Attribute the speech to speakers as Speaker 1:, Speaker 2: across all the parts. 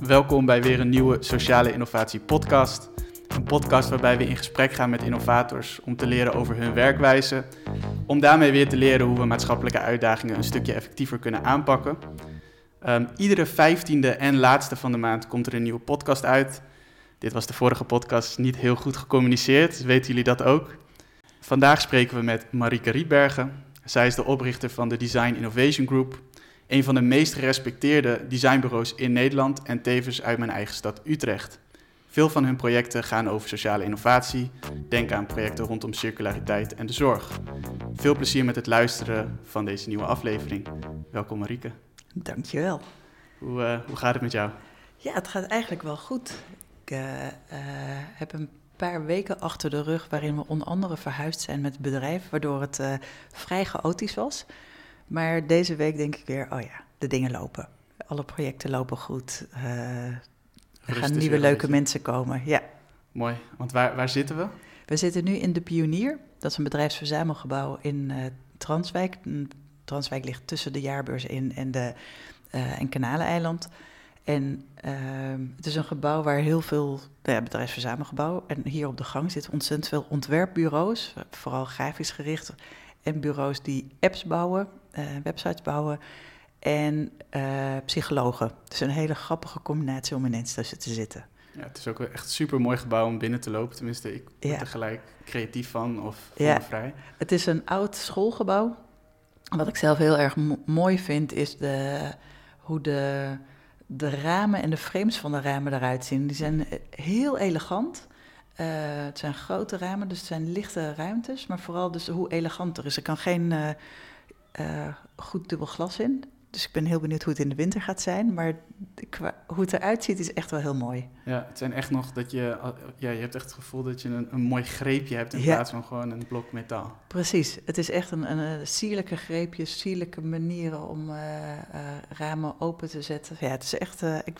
Speaker 1: Welkom bij weer een nieuwe Sociale Innovatie podcast. Een podcast waarbij we in gesprek gaan met innovators om te leren over hun werkwijze. Om daarmee weer te leren hoe we maatschappelijke uitdagingen een stukje effectiever kunnen aanpakken. Iedere 15e en laatste van de maand komt er een nieuwe podcast uit. Dit was de vorige podcast niet heel goed gecommuniceerd, weten jullie dat ook? Vandaag spreken we met Marieke Rietbergen. Zij is de oprichter van de Design Innovation Group. Een van de meest gerespecteerde designbureaus in Nederland en tevens uit mijn eigen stad Utrecht. Veel van hun projecten gaan over sociale innovatie. Denk aan projecten rondom circulariteit en de zorg. Veel plezier met het luisteren van deze nieuwe aflevering. Welkom Marieke.
Speaker 2: Dankjewel.
Speaker 1: Hoe gaat het met jou?
Speaker 2: Ja, het gaat eigenlijk wel goed. Ik heb een paar weken achter de rug waarin we onder andere verhuisd zijn met het bedrijf, waardoor het vrij chaotisch was. Maar deze week denk ik weer, oh ja, de dingen lopen. Alle projecten lopen goed. Er gaan nieuwe leuke mensen komen, ja.
Speaker 1: Mooi, want waar zitten we?
Speaker 2: We zitten nu in de Pionier. Dat is een bedrijfsverzamelgebouw in Transwijk. Transwijk ligt tussen de Jaarbeurs in en Kanaleneiland. En het is een gebouw waar heel veel, bedrijfsverzamelgebouw. En hier op de gang zitten ontzettend veel ontwerpbureaus, vooral grafisch gericht. En bureaus die apps bouwen, websites bouwen en psychologen. Het is een hele grappige combinatie om ineens tussen te zitten.
Speaker 1: Ja, het is ook echt een super mooi gebouw om binnen te lopen. Tenminste, ik word er gelijk creatief van of voel me vrij.
Speaker 2: Het is een oud schoolgebouw. Wat ik zelf heel erg mooi vind is hoe de ramen en de frames van de ramen eruit zien. Die zijn heel elegant. Het zijn grote ramen, dus het zijn lichte ruimtes. Maar vooral dus hoe elegant er is. Er kan geen goed dubbel glas in. Dus ik ben heel benieuwd hoe het in de winter gaat zijn. Maar hoe het eruit ziet is echt wel heel mooi.
Speaker 1: Ja, het zijn echt nog dat je hebt echt het gevoel dat je een mooi greepje hebt in plaats van gewoon een blok metaal. Precies,
Speaker 2: het is echt een sierlijke greepje, sierlijke manieren om ramen open te zetten. Ja, het is echt,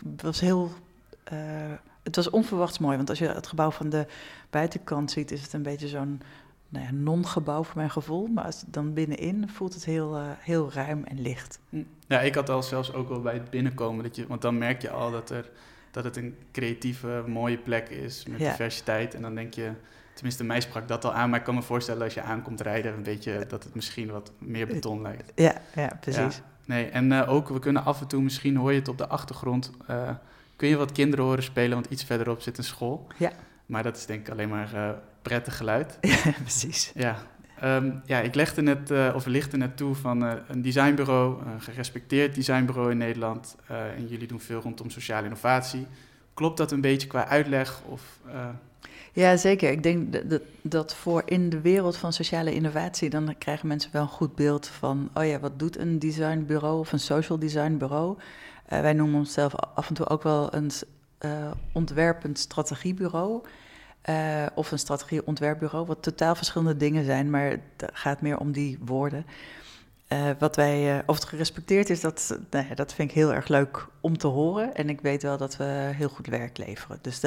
Speaker 2: het was onverwachts mooi. Want als je het gebouw van de buitenkant ziet, is het een beetje zo'n non-gebouw voor mijn gevoel. Maar als het dan binnenin voelt het heel ruim en licht.
Speaker 1: Ja, ik had al zelfs ook wel bij het binnenkomen, want dan merk je al dat het een creatieve, mooie plek is met diversiteit. En dan denk je, tenminste mij sprak dat al aan, maar ik kan me voorstellen als je aankomt rijden, een beetje dat het misschien wat meer beton lijkt.
Speaker 2: Ja, precies.
Speaker 1: Ja, nee, en ook, we kunnen af en toe, misschien hoor je het op de achtergrond, kun je wat kinderen horen spelen, want iets verderop zit een school.
Speaker 2: Ja.
Speaker 1: Maar dat is denk ik alleen maar prettig geluid.
Speaker 2: Ja, precies.
Speaker 1: Ja. Ik lichtte net toe van een designbureau, een gerespecteerd designbureau in Nederland. En jullie doen veel rondom sociale innovatie. Klopt dat een beetje qua uitleg?
Speaker 2: Ja, zeker. Ik denk dat voor in de wereld van sociale innovatie, dan krijgen mensen wel een goed beeld van, oh ja, wat doet een designbureau of een social designbureau? Wij noemen onszelf af en toe ook wel een ontwerpend strategiebureau. Of een strategie-ontwerpbureau, wat totaal verschillende dingen zijn, maar het gaat meer om die woorden. Of het gerespecteerd is, dat vind ik heel erg leuk om te horen. En ik weet wel dat we heel goed werk leveren. Dus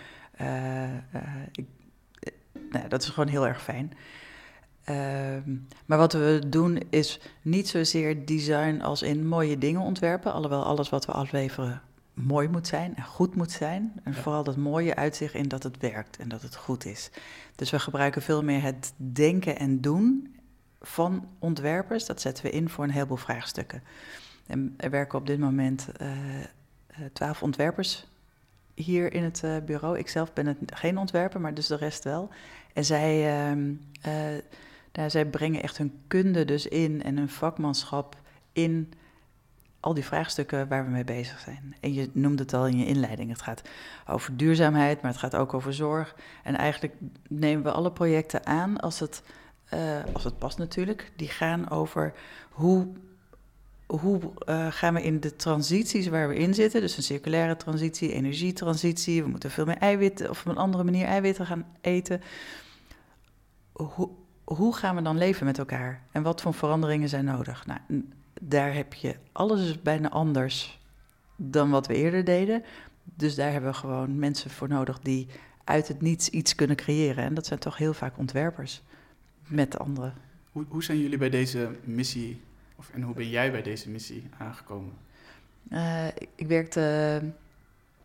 Speaker 2: dat is gewoon heel erg fijn. Maar wat we doen is niet zozeer design als in mooie dingen ontwerpen, alhoewel alles wat we afleveren mooi moet zijn en goed moet zijn. En vooral dat mooie uitzicht in dat het werkt en dat het goed is. Dus we gebruiken veel meer het denken en doen van ontwerpers. Dat zetten we in voor een heleboel vraagstukken. En er werken op dit moment 12 ontwerpers hier in het bureau. Ik zelf ben geen ontwerper, maar dus de rest wel. En zij brengen echt hun kunde dus in en hun vakmanschap in al die vraagstukken waar we mee bezig zijn. En je noemde het al in je inleiding. Het gaat over duurzaamheid, maar het gaat ook over zorg. En eigenlijk nemen we alle projecten aan als het past natuurlijk. Die gaan over hoe gaan we in de transities waar we in zitten. Dus een circulaire transitie, energietransitie. We moeten veel meer eiwitten of op een andere manier eiwitten gaan eten. Hoe gaan we dan leven met elkaar? En wat voor veranderingen zijn nodig? Nou, daar heb je alles is bijna anders dan wat we eerder deden. Dus daar hebben we gewoon mensen voor nodig die uit het niets iets kunnen creëren. En dat zijn toch heel vaak ontwerpers met anderen.
Speaker 1: Hoe zijn jullie bij deze missie, en hoe ben jij bij deze missie aangekomen?
Speaker 2: Ik werkte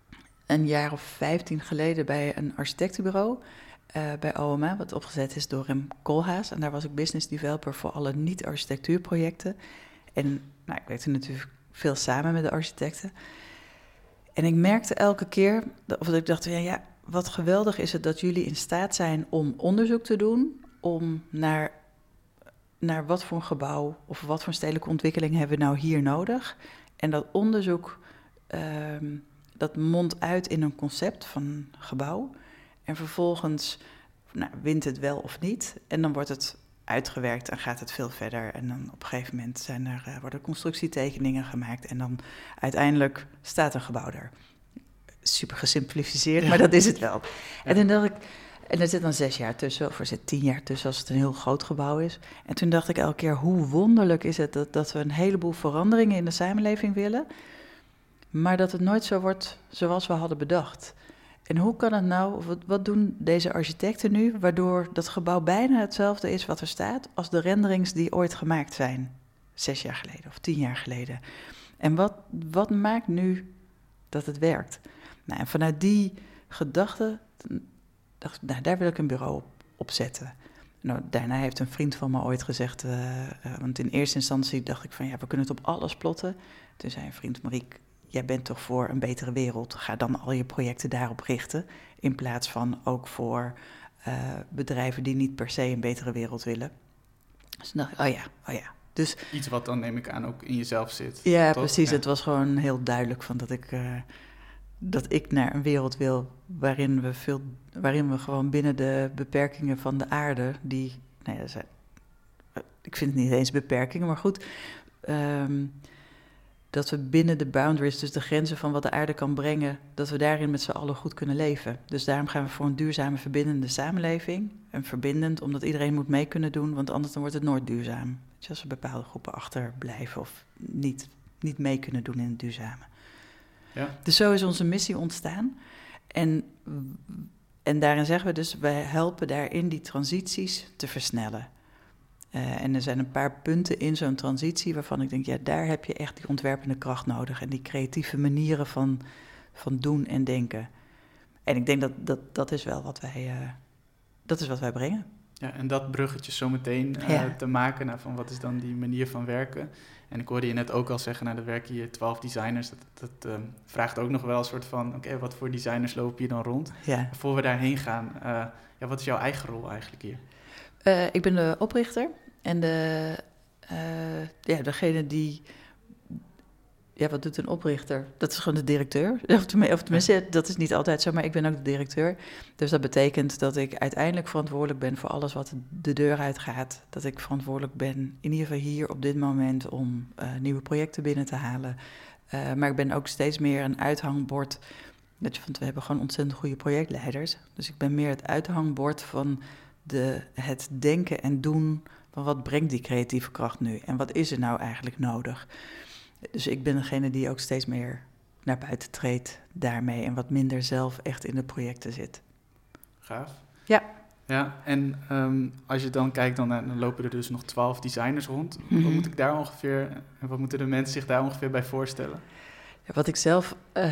Speaker 2: een jaar of 15 geleden bij een architectenbureau, bij OMA, wat opgezet is door Rem Koolhaas. En daar was ik business developer voor alle niet-architectuurprojecten. En ik werkte natuurlijk veel samen met de architecten. En ik merkte elke keer, of ik dacht, ja, wat geweldig is het dat jullie in staat zijn om onderzoek te doen, om naar wat voor een gebouw of wat voor stedelijke ontwikkeling hebben we nou hier nodig. En dat onderzoek, dat mondt uit in een concept van een gebouw. En vervolgens wint het wel of niet. En dan wordt het uitgewerkt en gaat het veel verder. En dan op een gegeven moment worden constructietekeningen gemaakt. En dan uiteindelijk staat een gebouw er. Super gesimplificeerd, maar dat is het wel. Ja. En toen dacht ik, en er zit dan 6 jaar tussen, of er zit 10 jaar tussen als het een heel groot gebouw is. En toen dacht ik elke keer, hoe wonderlijk is het dat we een heleboel veranderingen in de samenleving willen, maar dat het nooit zo wordt zoals we hadden bedacht. En hoe kan het nou, wat doen deze architecten nu, waardoor dat gebouw bijna hetzelfde is wat er staat als de renderings die ooit gemaakt zijn, 6 jaar geleden of 10 jaar geleden. En wat maakt nu dat het werkt? En vanuit die gedachte dacht ik, daar wil ik een bureau op zetten. Daarna heeft een vriend van me ooit gezegd, want in eerste instantie dacht ik van, we kunnen het op alles plotten. Toen zei een vriend, Mariek, jij bent toch voor een betere wereld. Ga dan al je projecten daarop richten, in plaats van ook voor bedrijven die niet per se een betere wereld willen. Dus toen dacht ik, oh ja. Dus,
Speaker 1: iets wat dan, neem ik aan, ook in jezelf zit.
Speaker 2: Ja,
Speaker 1: toch?
Speaker 2: Precies.
Speaker 1: Ja.
Speaker 2: Het was gewoon heel duidelijk van dat ik naar een wereld wil waarin we gewoon binnen de beperkingen van de aarde, ik vind het niet eens beperkingen, maar goed, dat we binnen de boundaries, dus de grenzen van wat de aarde kan brengen, dat we daarin met z'n allen goed kunnen leven. Dus daarom gaan we voor een duurzame, verbindende samenleving. En verbindend, omdat iedereen moet mee kunnen doen, want anders dan wordt het nooit duurzaam. Als er bepaalde groepen achterblijven of niet mee kunnen doen in het duurzame. Ja. Dus zo is onze missie ontstaan. En daarin zeggen we dus, wij helpen daarin die transities te versnellen. En er zijn een paar punten in zo'n transitie waarvan ik denk, daar heb je echt die ontwerpende kracht nodig. En die creatieve manieren van doen en denken. En ik denk dat is wel wat wij brengen.
Speaker 1: Ja, en dat bruggetje zometeen te maken van wat is dan die manier van werken. En ik hoorde je net ook al zeggen, er werken hier 12 designers. Dat vraagt ook nog wel een soort van, oké, wat voor designers lopen hier dan rond? Ja. Voor we daarheen gaan, wat is jouw eigen rol eigenlijk hier?
Speaker 2: Ik ben de oprichter en degene die... Ja, wat doet een oprichter? Dat is gewoon de directeur. Of tenminste, dat is niet altijd zo, maar ik ben ook de directeur. Dus dat betekent dat ik uiteindelijk verantwoordelijk ben voor alles wat de deur uitgaat. Dat ik verantwoordelijk ben, in ieder geval hier op dit moment, om nieuwe projecten binnen te halen. Maar ik ben ook steeds meer een uithangbord. Want we hebben gewoon ontzettend goede projectleiders. Dus ik ben meer het uithangbord van het denken en doen van wat brengt die creatieve kracht nu? En wat is er nou eigenlijk nodig? Dus ik ben degene die ook steeds meer naar buiten treedt daarmee en wat minder zelf echt in de projecten zit.
Speaker 1: Gaaf.
Speaker 2: Ja.
Speaker 1: Ja, en als je dan kijkt, dan lopen er dus nog 12 designers rond.
Speaker 2: Mm-hmm.
Speaker 1: Wat moet ik daar ongeveer, en wat moeten de mensen zich daar ongeveer bij voorstellen?
Speaker 2: Ja, wat ik zelf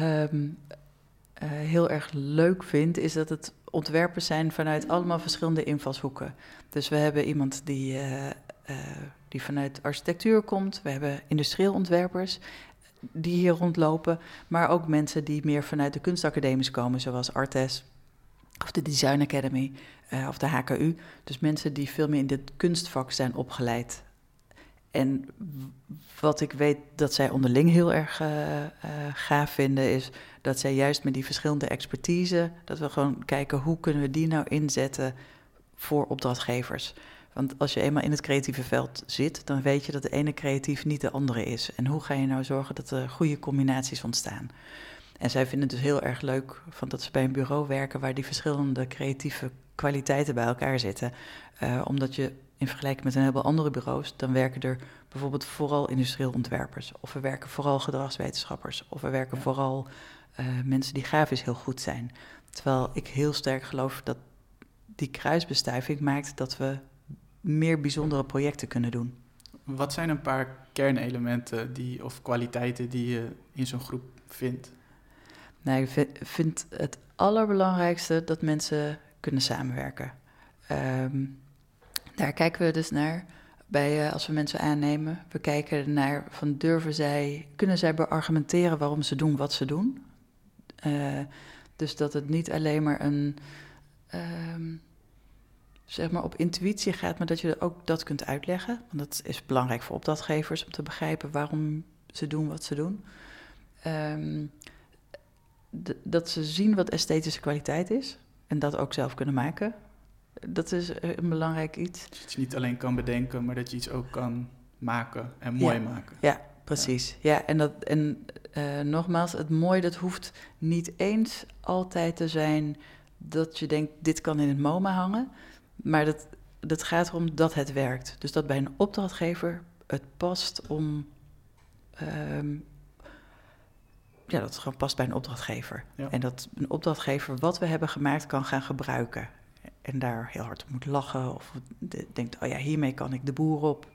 Speaker 2: heel erg leuk vind, is dat het ontwerpers zijn vanuit allemaal verschillende invalshoeken. Dus we hebben iemand die vanuit architectuur komt. We hebben industrieel ontwerpers die hier rondlopen. Maar ook mensen die meer vanuit de kunstacademies komen, zoals Artes of de Design Academy of de HKU. Dus mensen die veel meer in dit kunstvak zijn opgeleid. En wat ik weet dat zij onderling heel erg gaaf vinden, is dat zij juist met die verschillende expertise, dat we gewoon kijken hoe kunnen we die nou inzetten voor opdrachtgevers. Want als je eenmaal in het creatieve veld zit, dan weet je dat de ene creatief niet de andere is. En hoe ga je nou zorgen dat er goede combinaties ontstaan? En zij vinden het dus heel erg leuk dat ze bij een bureau werken waar die verschillende creatieve kwaliteiten bij elkaar zitten. Omdat je in vergelijking met een heleboel andere bureaus, dan werken er bijvoorbeeld vooral industrieel ontwerpers. Of we werken vooral gedragswetenschappers. Of we werken vooral mensen die grafisch heel goed zijn. Terwijl ik heel sterk geloof dat die kruisbestuiving maakt dat we meer bijzondere projecten kunnen doen.
Speaker 1: Wat zijn een paar kernelementen of kwaliteiten die je in zo'n groep vindt?
Speaker 2: Nou, ik vind het allerbelangrijkste dat mensen kunnen samenwerken. Daar kijken we dus naar als we mensen aannemen. We kijken naar van kunnen zij beargumenteren waarom ze doen wat ze doen. Dus dat het niet alleen maar zeg maar op intuïtie gaat, maar dat je ook dat kunt uitleggen. Want dat is belangrijk voor opdrachtgevers om te begrijpen waarom ze doen wat ze doen. Dat ze zien wat esthetische kwaliteit is en dat ook zelf kunnen maken. Dat is een belangrijk iets.
Speaker 1: Dat je niet alleen kan bedenken, maar dat je iets ook kan maken en mooi maken.
Speaker 2: Ja, precies. Ja, en nogmaals, het mooi, dat hoeft niet eens altijd te zijn dat je denkt, dit kan in het MoMA hangen. Maar dat gaat erom dat het werkt. Dus dat bij een opdrachtgever het past om... dat het gewoon past bij een opdrachtgever. Ja. En dat een opdrachtgever wat we hebben gemaakt kan gaan gebruiken. En daar heel hard op moet lachen. Of denkt, hiermee kan ik de boer op.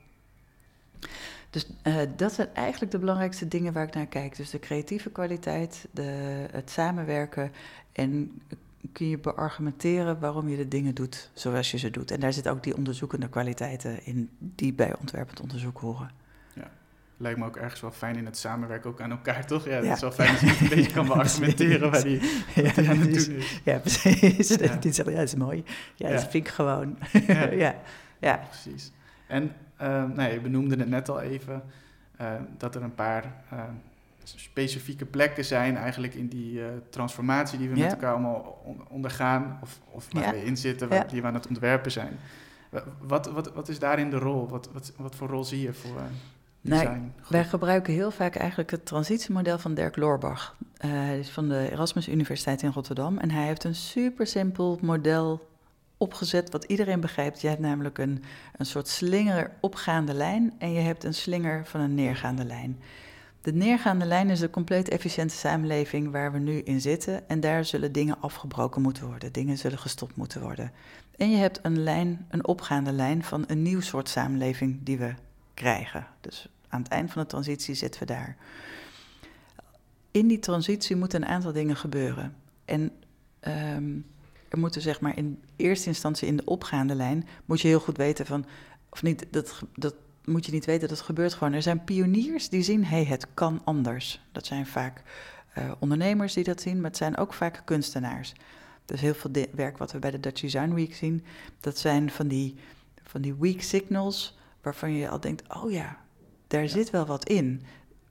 Speaker 2: Dus dat zijn eigenlijk de belangrijkste dingen waar ik naar kijk. Dus de creatieve kwaliteit, het samenwerken. En kun je beargumenteren waarom je de dingen doet zoals je ze doet. En daar zit ook die onderzoekende kwaliteiten in die bij ontwerpend onderzoek horen.
Speaker 1: Ja, lijkt me ook ergens wel fijn in het samenwerken ook aan elkaar, toch? Ja, dat is wel fijn als je het een beetje kan beargumenteren waar die aan het doen is.
Speaker 2: Ja, precies. Die zeggen, dat is mooi. Ja, dat vind ik gewoon. Ja.
Speaker 1: Precies. En je benoemde het net al even, dat er een paar specifieke plekken zijn eigenlijk in die transformatie die we met elkaar allemaal ondergaan of waar we in zitten, die we aan het ontwerpen zijn. Wat is daarin de rol? Wat voor rol zie je voor design?
Speaker 2: Wij gebruiken heel vaak eigenlijk het transitiemodel van Dirk Loorbach. Hij is van de Erasmus Universiteit in Rotterdam en hij heeft een super simpel model opgezet wat iedereen begrijpt. Je hebt namelijk een soort slinger opgaande lijn en je hebt een slinger van een neergaande lijn. De neergaande lijn is de compleet efficiënte samenleving waar we nu in zitten en daar zullen dingen afgebroken moeten worden, dingen zullen gestopt moeten worden. En je hebt een opgaande lijn van een nieuw soort samenleving die we krijgen. Dus aan het eind van de transitie zitten we daar. In die transitie moeten een aantal dingen gebeuren. En er moeten zeg maar in eerste instantie in de opgaande lijn moet je heel goed weten van, of niet, dat moet je niet weten, dat gebeurt gewoon. Er zijn pioniers die zien, het kan anders. Dat zijn vaak ondernemers die dat zien, maar het zijn ook vaak kunstenaars. Dus heel veel werk wat we bij de Dutch Design Week zien, dat zijn van die weak signals waarvan je al denkt, daar zit wel wat in.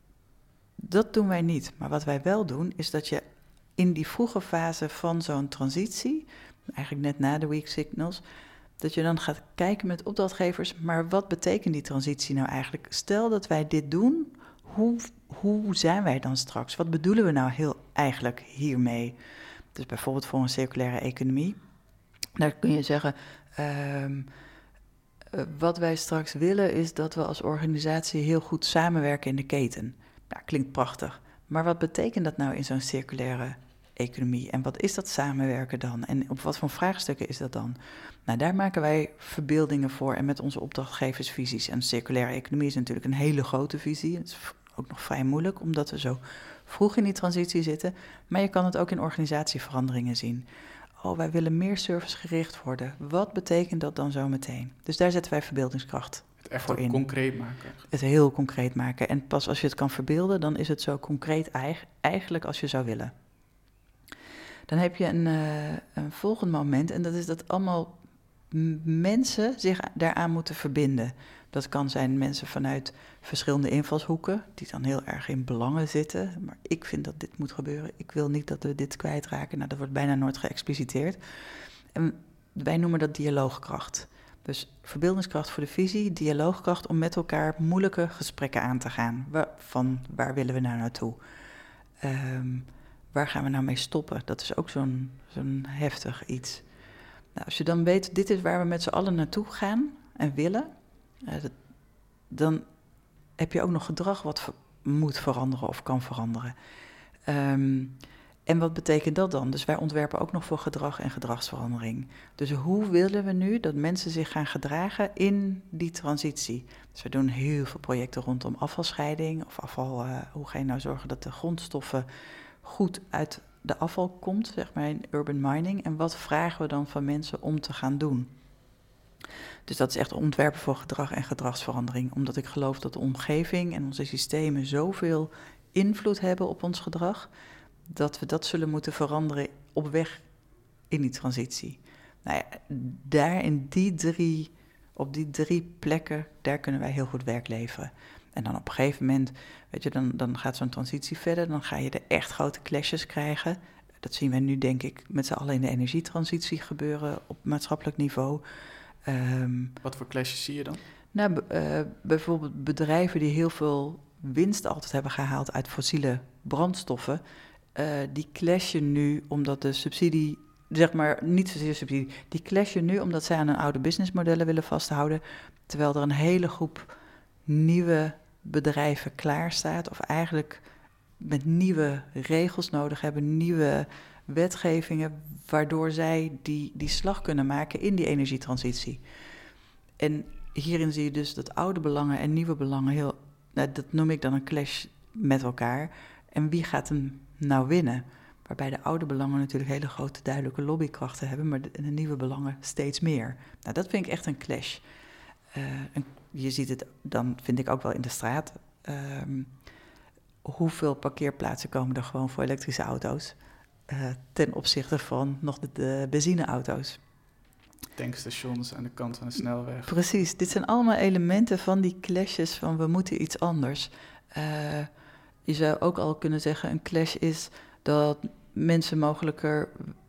Speaker 2: Dat doen wij niet. Maar wat wij wel doen, is dat je in die vroege fase van zo'n transitie, eigenlijk net na de weak signals, dat je dan gaat kijken met opdrachtgevers, maar wat betekent die transitie nou eigenlijk? Stel dat wij dit doen, hoe zijn wij dan straks? Wat bedoelen we nou eigenlijk hiermee? Dus bijvoorbeeld voor een circulaire economie. Daar kun je zeggen, wat wij straks willen is dat we als organisatie heel goed samenwerken in de keten. Nou, klinkt prachtig. Maar wat betekent dat nou in zo'n circulaire economie? En wat is dat samenwerken dan? En op wat voor vraagstukken is dat dan? Nou, daar maken wij verbeeldingen voor en met onze opdrachtgevers visies. En circulaire economie is natuurlijk een hele grote visie. Het is ook nog vrij moeilijk, omdat we zo vroeg in die transitie zitten. Maar je kan het ook in organisatieveranderingen zien. Wij willen meer servicegericht worden. Wat betekent dat dan zo meteen? Dus daar zetten wij verbeeldingskracht
Speaker 1: het echt
Speaker 2: voor
Speaker 1: ook
Speaker 2: in.
Speaker 1: Concreet maken.
Speaker 2: Het heel concreet maken. En pas als je het kan verbeelden, dan is het zo concreet eigenlijk als je zou willen. Dan heb je een volgend moment en dat is dat allemaal mensen zich daaraan moeten verbinden. Dat kan zijn mensen vanuit verschillende invalshoeken, die dan heel erg in belangen zitten. Maar ik vind dat dit moet gebeuren. Ik wil niet dat we dit kwijtraken. Nou, dat wordt bijna nooit geëxpliciteerd. En wij noemen dat dialoogkracht. Dus verbeeldingskracht voor de visie, dialoogkracht om met elkaar moeilijke gesprekken aan te gaan. Waar willen we nou naartoe? Waar gaan we nou mee stoppen? Dat is ook zo'n heftig iets. Nou, als je dan weet, dit is waar we met z'n allen naartoe gaan en willen, dan heb je ook nog gedrag wat moet veranderen of kan veranderen. En wat betekent dat dan? Dus wij ontwerpen ook nog voor gedrag en gedragsverandering. Dus hoe willen we nu dat mensen zich gaan gedragen in die transitie? Dus we doen heel veel projecten rondom afvalscheiding of afval. Hoe ga je nou zorgen dat de grondstoffen goed uit de afval komt, zeg maar in urban mining, en wat vragen we dan van mensen om te gaan doen. Dus dat is echt ontwerpen voor gedrag en gedragsverandering, omdat ik geloof dat de omgeving en onze systemen zoveel invloed hebben op ons gedrag, dat we dat zullen moeten veranderen op weg in die transitie. Nou ja, daar op die drie plekken, daar kunnen wij heel goed werk leveren. En dan op een gegeven moment, weet je, dan gaat zo'n transitie verder, dan ga je er echt grote clashes krijgen. Dat zien we nu, denk ik, met z'n allen in de energietransitie gebeuren op maatschappelijk niveau.
Speaker 1: Wat voor clashes zie je dan?
Speaker 2: Nou, bijvoorbeeld bedrijven die heel veel winst altijd hebben gehaald uit fossiele brandstoffen, die clashen nu omdat de subsidie, zeg maar niet zozeer subsidie, die clashen nu omdat zij aan hun oude businessmodellen willen vasthouden, terwijl er een hele groep nieuwe bedrijven klaar staat, of eigenlijk met nieuwe regels nodig hebben, nieuwe wetgevingen, waardoor zij die slag kunnen maken in die energietransitie. En hierin zie je dus dat oude belangen en nieuwe belangen dat noem ik dan een clash met elkaar. En wie gaat hem nou winnen? Waarbij de oude belangen natuurlijk hele grote duidelijke lobbykrachten hebben, maar de nieuwe belangen steeds meer. Nou, dat vind ik echt een clash. Je ziet het dan, vind ik ook wel in de straat. Hoeveel parkeerplaatsen komen er gewoon voor elektrische auto's ten opzichte van nog de benzineauto's?
Speaker 1: Tankstations aan de kant van de snelweg.
Speaker 2: Precies, dit zijn allemaal elementen van die clashes van we moeten iets anders. Je zou ook al kunnen zeggen, een clash is dat mensen mogelijker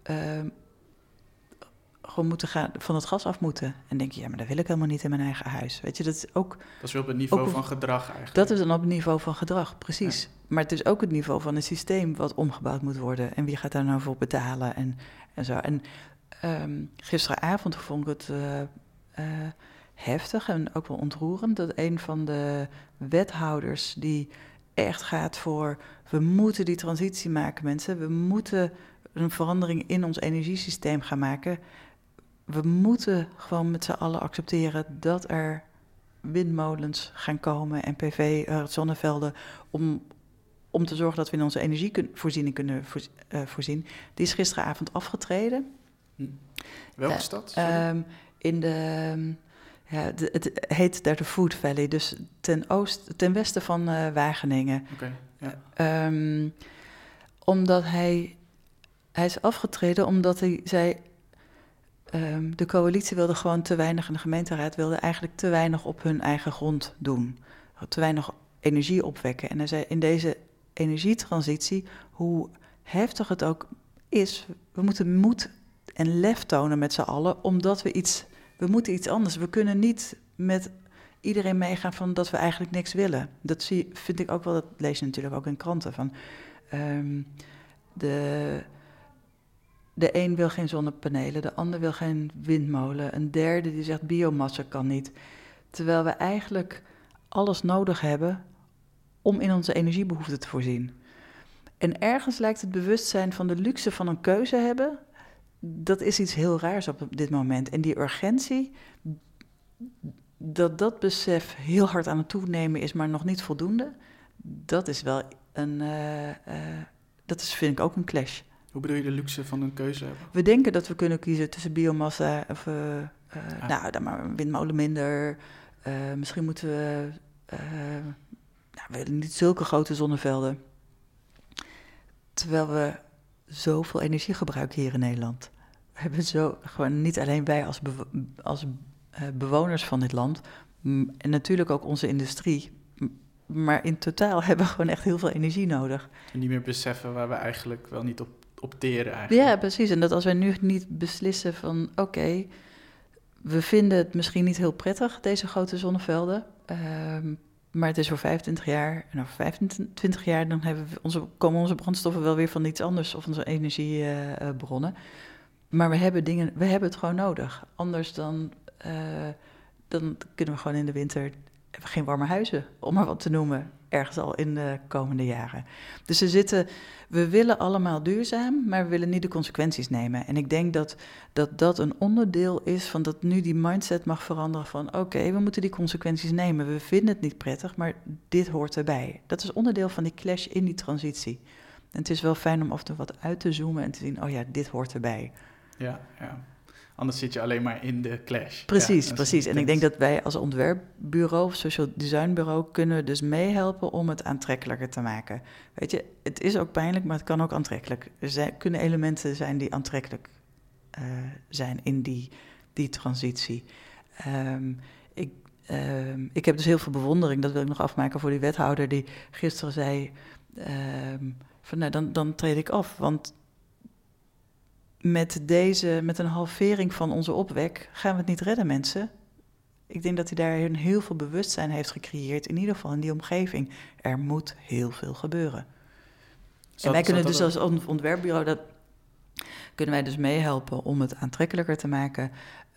Speaker 2: gewoon moeten gaan, van het gas af moeten. En denk je, ja, maar dat wil ik helemaal niet in mijn eigen huis. Weet je, dat is ook...
Speaker 1: Dat is weer op het niveau van gedrag eigenlijk.
Speaker 2: Dat is dan op het niveau van gedrag, precies.
Speaker 1: Ja.
Speaker 2: Maar het is ook het niveau van een systeem wat omgebouwd moet worden. En wie gaat daar nou voor betalen en zo. En gisteravond vond ik het heftig en ook wel ontroerend dat een van de wethouders die echt gaat voor, we moeten die transitie maken, mensen. We moeten een verandering in ons energiesysteem gaan maken. We moeten gewoon met z'n allen accepteren dat er windmolens gaan komen en zonnevelden om te zorgen dat we in onze energievoorziening kunnen voorzien. Die is gisteravond afgetreden.
Speaker 1: Welke stad?
Speaker 2: In de... het heet daar de Food Valley, dus ten westen van Wageningen.
Speaker 1: Okay, ja.
Speaker 2: Omdat hij is afgetreden omdat hij zei, de coalitie wilde gewoon te weinig en de gemeenteraad wilde eigenlijk te weinig op hun eigen grond doen. Te weinig energie opwekken. En hij zei, in deze energietransitie, hoe heftig het ook is, we moeten moed en lef tonen met z'n allen, omdat we moeten iets anders. We kunnen niet met iedereen meegaan van dat we eigenlijk niks willen. Dat vind ik ook wel, dat lees je natuurlijk ook in kranten. Van, de een wil geen zonnepanelen, de ander wil geen windmolen. Een derde die zegt biomassa kan niet. Terwijl we eigenlijk alles nodig hebben om in onze energiebehoeften te voorzien. En ergens lijkt het bewustzijn van de luxe van een keuze hebben, dat is iets heel raars op dit moment. En die urgentie, dat besef heel hard aan het toenemen is, maar nog niet voldoende, dat is wel vind ik ook een clash.
Speaker 1: Hoe bedoel je de luxe van een keuze hebben?
Speaker 2: We denken dat we kunnen kiezen tussen biomassa of dan maar een windmolen minder. Misschien moeten we willen niet zulke grote zonnevelden. Terwijl we zoveel energie gebruiken hier in Nederland. We hebben gewoon niet alleen wij als bewoners van dit land, en natuurlijk ook onze industrie, maar in totaal hebben we gewoon echt heel veel energie nodig.
Speaker 1: En niet meer beseffen waar we eigenlijk wel niet op teren eigenlijk.
Speaker 2: Ja, precies. En dat als wij nu niet beslissen van oké, we vinden het misschien niet heel prettig, deze grote zonnevelden, maar het is voor 25 jaar. En over 25 jaar dan komen onze brandstoffen wel weer van iets anders of onze energiebronnen. Maar we hebben het gewoon nodig. Anders dan kunnen we gewoon in de winter geen warme huizen, om maar wat te noemen, ergens al in de komende jaren. Dus we willen allemaal duurzaam, maar we willen niet de consequenties nemen. En ik denk dat een onderdeel is van dat nu die mindset mag veranderen van oké, we moeten die consequenties nemen. We vinden het niet prettig, maar dit hoort erbij. Dat is onderdeel van die clash in die transitie. En het is wel fijn om af en toe wat uit te zoomen en te zien, oh ja, dit hoort erbij.
Speaker 1: Ja. Anders zit je alleen maar in de clash.
Speaker 2: Precies. En ik denk dat wij als ontwerpbureau of social designbureau kunnen dus meehelpen om het aantrekkelijker te maken. Weet je, het is ook pijnlijk, maar het kan ook aantrekkelijk. Kunnen elementen zijn die aantrekkelijk zijn in die transitie. Ik heb dus heel veel bewondering, dat wil ik nog afmaken voor die wethouder die gisteren zei, dan treed ik af, want met een halvering van onze opwek gaan we het niet redden, mensen. Ik denk dat hij daar heel veel bewustzijn heeft gecreëerd, in ieder geval in die omgeving. Er moet heel veel gebeuren. En wij kunnen dus als ontwerpbureau, kunnen wij dus meehelpen om het aantrekkelijker te maken.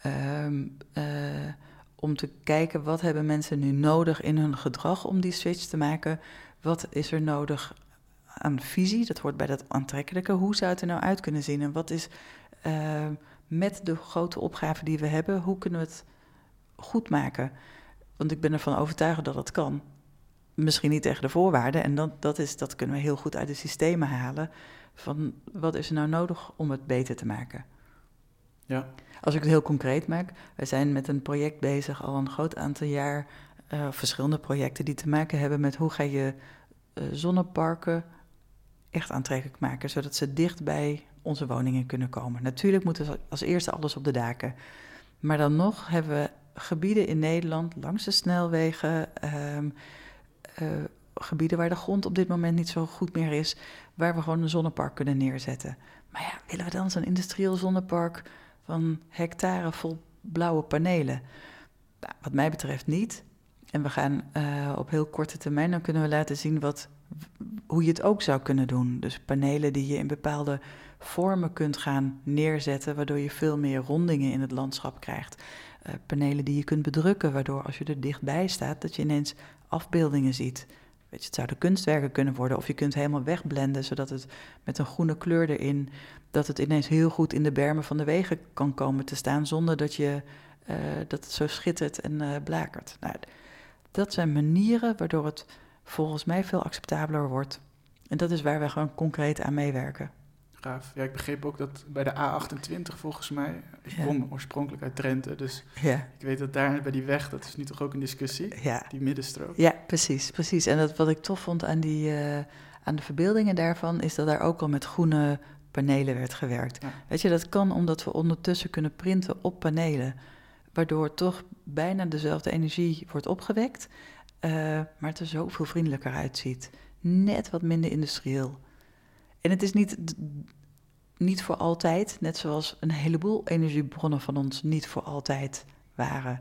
Speaker 2: Om te kijken, wat hebben mensen nu nodig in hun gedrag om die switch te maken? Wat is er nodig aan visie? Dat hoort bij dat aantrekkelijke. Hoe zou het er nou uit kunnen zien? En wat is met de grote opgave die we hebben, hoe kunnen we het goed maken? Want ik ben ervan overtuigd dat het kan. Misschien niet tegen de voorwaarden. En dat kunnen we heel goed uit de systemen halen. Van wat is er nou nodig om het beter te maken?
Speaker 1: Ja.
Speaker 2: Als ik het heel concreet maak, wij zijn met een project bezig al een groot aantal jaar, verschillende projecten die te maken hebben met hoe ga je zonneparken echt aantrekkelijk maken, zodat ze dicht bij onze woningen kunnen komen. Natuurlijk moeten we als eerste alles op de daken. Maar dan nog hebben we gebieden in Nederland, langs de snelwegen, gebieden waar de grond op dit moment niet zo goed meer is, waar we gewoon een zonnepark kunnen neerzetten. Maar ja, willen we dan zo'n industrieel zonnepark van hectare vol blauwe panelen? Nou, wat mij betreft niet. En we gaan op heel korte termijn, dan kunnen we laten zien hoe je het ook zou kunnen doen. Dus panelen die je in bepaalde vormen kunt gaan neerzetten, waardoor je veel meer rondingen in het landschap krijgt. Panelen die je kunt bedrukken, waardoor als je er dichtbij staat, dat je ineens afbeeldingen ziet. Weet je, het zouden kunstwerken kunnen worden, of je kunt helemaal wegblenden, zodat het met een groene kleur erin, dat het ineens heel goed in de bermen van de wegen kan komen te staan, zonder dat het zo schittert en blakert. Nou, dat zijn manieren waardoor het volgens mij veel acceptabeler wordt. En dat is waar wij gewoon concreet aan meewerken.
Speaker 1: Gaaf. Ja, ik begreep ook dat bij de A28 volgens mij, ik kom oorspronkelijk uit Drenthe, dus ik weet dat daar bij die weg, dat is nu toch ook een discussie, die middenstrook.
Speaker 2: Ja, precies. En wat ik tof vond aan de verbeeldingen daarvan, is dat daar ook al met groene panelen werd gewerkt. Ja. Weet je, dat kan omdat we ondertussen kunnen printen op panelen, waardoor toch bijna dezelfde energie wordt opgewekt, maar het er zoveel vriendelijker uitziet. Net wat minder industrieel. En het is niet voor altijd, net zoals een heleboel energiebronnen van ons niet voor altijd waren.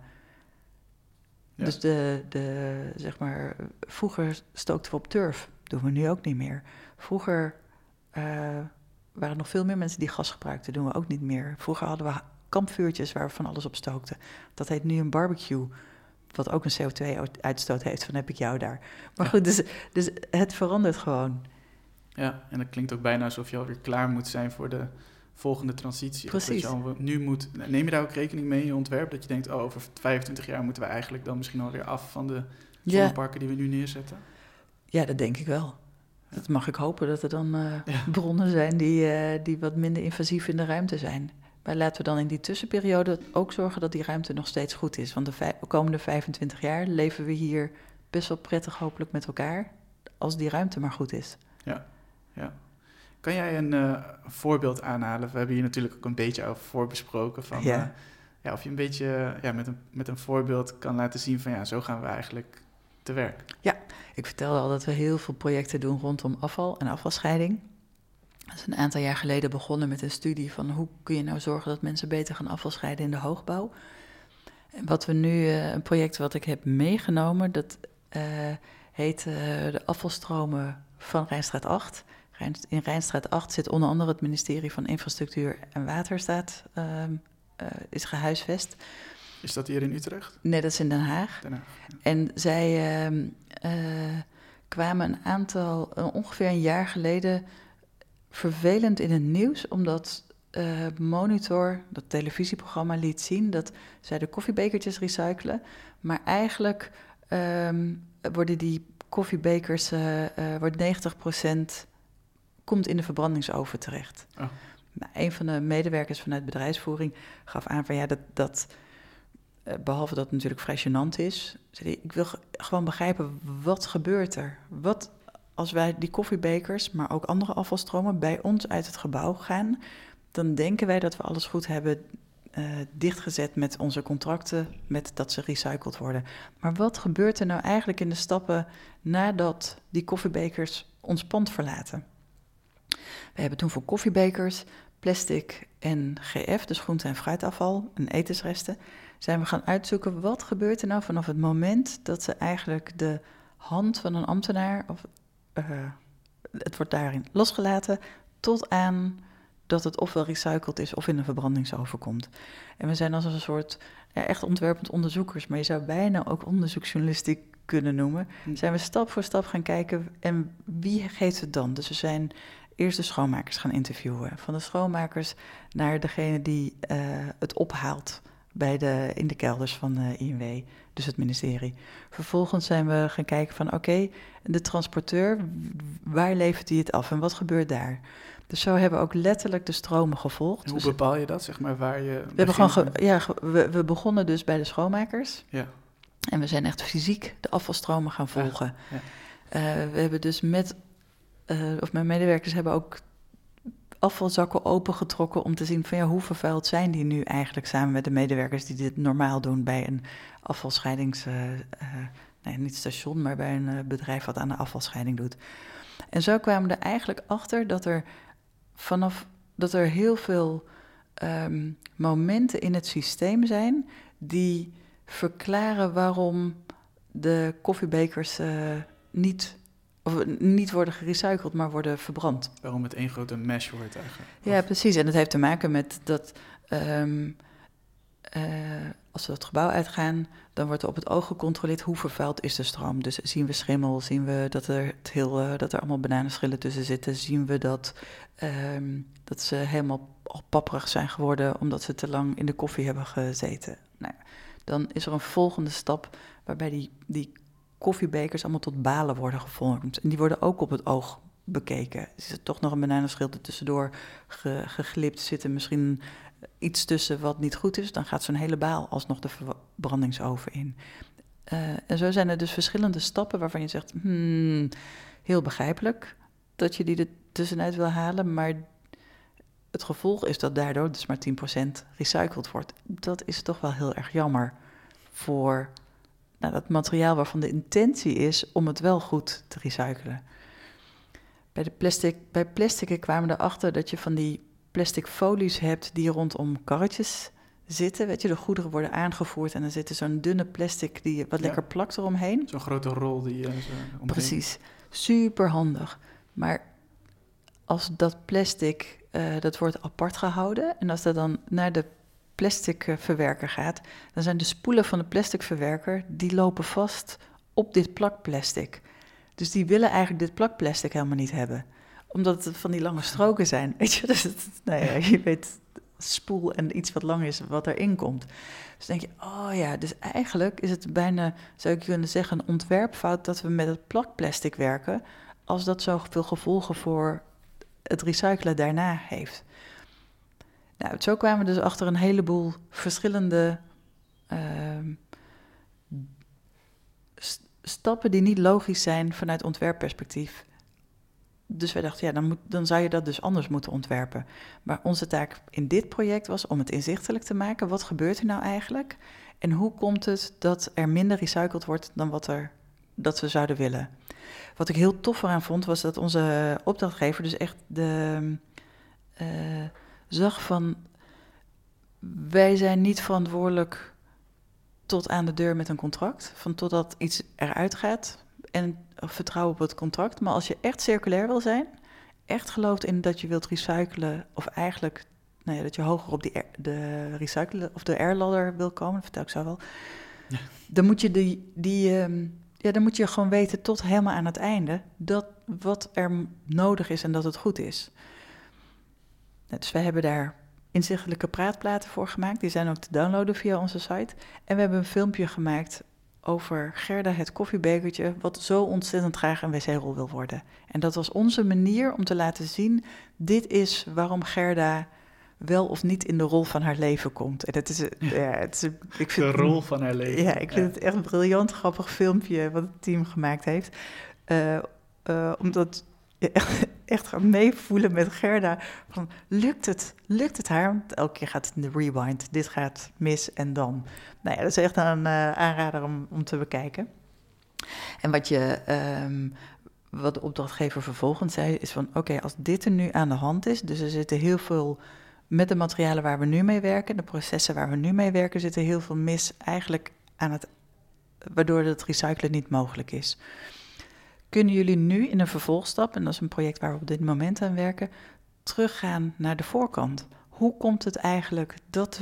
Speaker 2: Ja. Dus zeg maar, vroeger stookten we op turf, doen we nu ook niet meer. Vroeger waren er nog veel meer mensen die gas gebruikten, doen we ook niet meer. Vroeger hadden we kampvuurtjes waar we van alles op stookten. Dat heet nu een barbecue, wat ook een CO2-uitstoot heeft, van heb ik jou daar. Maar goed, dus het verandert gewoon.
Speaker 1: Ja, en dat klinkt ook bijna alsof je alweer klaar moet zijn voor de volgende transitie.
Speaker 2: Precies.
Speaker 1: Dat je nu moet. Neem je daar ook rekening mee in je ontwerp? Dat je denkt, over 25 jaar moeten we eigenlijk dan misschien alweer af van de zonneparken die we nu neerzetten?
Speaker 2: Ja, dat denk ik wel. Ja. Dat mag ik hopen, dat er dan bronnen zijn die wat minder invasief in de ruimte zijn. Maar laten we dan in die tussenperiode ook zorgen dat die ruimte nog steeds goed is. Want de komende 25 jaar leven we hier best wel prettig hopelijk met elkaar, als die ruimte maar goed is.
Speaker 1: Ja. Kan jij een voorbeeld aanhalen? We hebben hier natuurlijk ook een beetje over voorbesproken. Van, of je een beetje met een voorbeeld kan laten zien van zo gaan we eigenlijk te werk.
Speaker 2: Ja, ik vertelde al dat we heel veel projecten doen rondom afval en afvalscheiding. Dat is een aantal jaar geleden begonnen met een studie van hoe kun je nou zorgen dat mensen beter gaan afval scheiden in de hoogbouw. En wat we nu, een project wat ik heb meegenomen, dat heet de afvalstromen van Rijnstraat 8. In Rijnstraat 8 zit onder andere het ministerie van Infrastructuur en Waterstaat, is gehuisvest.
Speaker 1: Is dat hier in Utrecht?
Speaker 2: Nee, dat is in Den Haag. Ja. En zij kwamen ongeveer een jaar geleden vervelend in het nieuws, omdat Monitor, dat televisieprogramma, liet zien dat zij de koffiebekertjes recyclen, maar eigenlijk worden die koffiebekers, wordt 90% komt in de verbrandingsoven terecht.
Speaker 1: Oh.
Speaker 2: Nou, een van de medewerkers vanuit bedrijfsvoering gaf aan van behalve dat het natuurlijk vrij gênant is, zei hij, ik wil gewoon begrijpen, wat gebeurt er? Wat als wij die koffiebekers, maar ook andere afvalstromen bij ons uit het gebouw gaan, dan denken wij dat we alles goed hebben dichtgezet met onze contracten, met dat ze recycled worden. Maar wat gebeurt er nou eigenlijk in de stappen nadat die koffiebekers ons pand verlaten? We hebben toen voor koffiebekers, plastic en GF, dus groente- en fruitafval en etensresten, zijn we gaan uitzoeken wat gebeurt er nou vanaf het moment dat ze eigenlijk de hand van een ambtenaar, het wordt daarin losgelaten, tot aan dat het ofwel recycled is of in een verbrandingsoven komt. En we zijn als een soort echt ontwerpend onderzoekers, maar je zou bijna ook onderzoeksjournalistiek kunnen noemen. Zijn we stap voor stap gaan kijken en wie geeft het dan? Dus we zijn eerst de schoonmakers gaan interviewen. Van de schoonmakers naar degene die het ophaalt in de kelders van INW, dus het ministerie. Vervolgens zijn we gaan kijken van oké, de transporteur, waar levert hij het af en wat gebeurt daar? Dus zo hebben we ook letterlijk de stromen gevolgd.
Speaker 1: En hoe bepaal je dat, zeg maar, waar je...
Speaker 2: We begonnen dus bij de schoonmakers.
Speaker 1: Ja.
Speaker 2: En we zijn echt fysiek de afvalstromen gaan volgen.
Speaker 1: Ja.
Speaker 2: We hebben dus mijn medewerkers hebben ook afvalzakken opengetrokken om te zien van hoe vervuild zijn die nu eigenlijk samen met de medewerkers die dit normaal doen bij een niet station, maar bij een bedrijf wat aan de afvalscheiding doet. En zo kwamen we er eigenlijk achter dat er heel veel momenten in het systeem zijn die verklaren waarom de koffiebekers niet worden gerecycled, maar worden verbrand.
Speaker 1: Waarom het één grote mesh wordt eigenlijk.
Speaker 2: Ja, precies. En dat heeft te maken met dat als we het gebouw uitgaan, dan wordt er op het oog gecontroleerd hoe vervuild is de stroom. Dus zien we schimmel, zien we dat er allemaal bananenschillen tussen zitten, zien we dat ze helemaal al papperig zijn geworden omdat ze te lang in de koffie hebben gezeten. Nou, dan is er een volgende stap waarbij die koffiebekers allemaal tot balen worden gevormd. En die worden ook op het oog bekeken. Is er toch nog een bananenschil er tussendoor geglipt? Zit er misschien iets tussen wat niet goed is? Dan gaat zo'n hele baal alsnog de verbrandingsoven in. En zo zijn er dus verschillende stappen waarvan je zegt, heel begrijpelijk dat je die er tussenuit wil halen, maar het gevolg is dat daardoor dus maar 10% recycled wordt. Dat is toch wel heel erg jammer voor dat materiaal waarvan de intentie is om het wel goed te recyclen. Bij plastic kwamen we erachter dat je van die plastic folies hebt die rondom karretjes zitten. Weet je, de goederen worden aangevoerd en dan zit er zo'n dunne plastic die wat lekker plakt eromheen.
Speaker 1: Zo'n grote rol die je omheen.
Speaker 2: Precies, super handig. Maar als dat plastic, dat wordt apart gehouden en als dat dan naar de plastic verwerker gaat, dan zijn de spoelen van de plastic verwerker, die lopen vast op dit plakplastic. Dus die willen eigenlijk dit plakplastic helemaal niet hebben. Omdat het van die lange stroken zijn. Weet je, dus je weet, spoel en iets wat lang is wat erin komt. Dus denk je, dus eigenlijk is het bijna, zou ik kunnen zeggen, een ontwerpfout dat we met het plakplastic werken, als dat zoveel gevolgen voor het recyclen daarna heeft. Nou, zo kwamen we dus achter een heleboel verschillende stappen die niet logisch zijn vanuit ontwerpperspectief. Dus wij dachten, dan zou je dat dus anders moeten ontwerpen. Maar onze taak in dit project was om het inzichtelijk te maken. Wat gebeurt er nou eigenlijk? En hoe komt het dat er minder recycled wordt dan dat we zouden willen? Wat ik heel tof eraan vond, was dat onze opdrachtgever dus echt zag van, wij zijn niet verantwoordelijk tot aan de deur met een contract, van totdat iets eruit gaat en vertrouwen op het contract. Maar als je echt circulair wil zijn, echt gelooft in dat je wilt recyclen, of eigenlijk dat je hoger op de recyclen of de airladder wil komen, dat vertel ik zo wel, ja. Dan moet je dan moet je gewoon weten tot helemaal aan het einde dat wat er nodig is en dat het goed is. Dus wij hebben daar inzichtelijke praatplaten voor gemaakt. Die zijn ook te downloaden via onze site. En we hebben een filmpje gemaakt over Gerda het koffiebekertje, wat zo ontzettend graag een wc-rol wil worden. En dat was onze manier om te laten zien, dit is waarom Gerda wel of niet in de rol van haar leven komt. En ik vind
Speaker 1: de rol van haar leven.
Speaker 2: Ja, ik vind het echt een briljant grappig filmpje wat het team gemaakt heeft. Omdat je echt gaat meevoelen met Gerda. Van, lukt het haar? Want elke keer gaat het in de rewind. Dit gaat mis en dan. Nou ja, dat is echt een aanrader om te bekijken. En wat de opdrachtgever vervolgens zei, is van oké, als dit er nu aan de hand is, dus er zitten heel veel met de materialen waar we nu mee werken, de processen waar we nu mee werken, zit er heel veel mis eigenlijk waardoor het recyclen niet mogelijk is. Kunnen jullie nu in een vervolgstap, en dat is een project waar we op dit moment aan werken, teruggaan naar de voorkant? Hoe komt het eigenlijk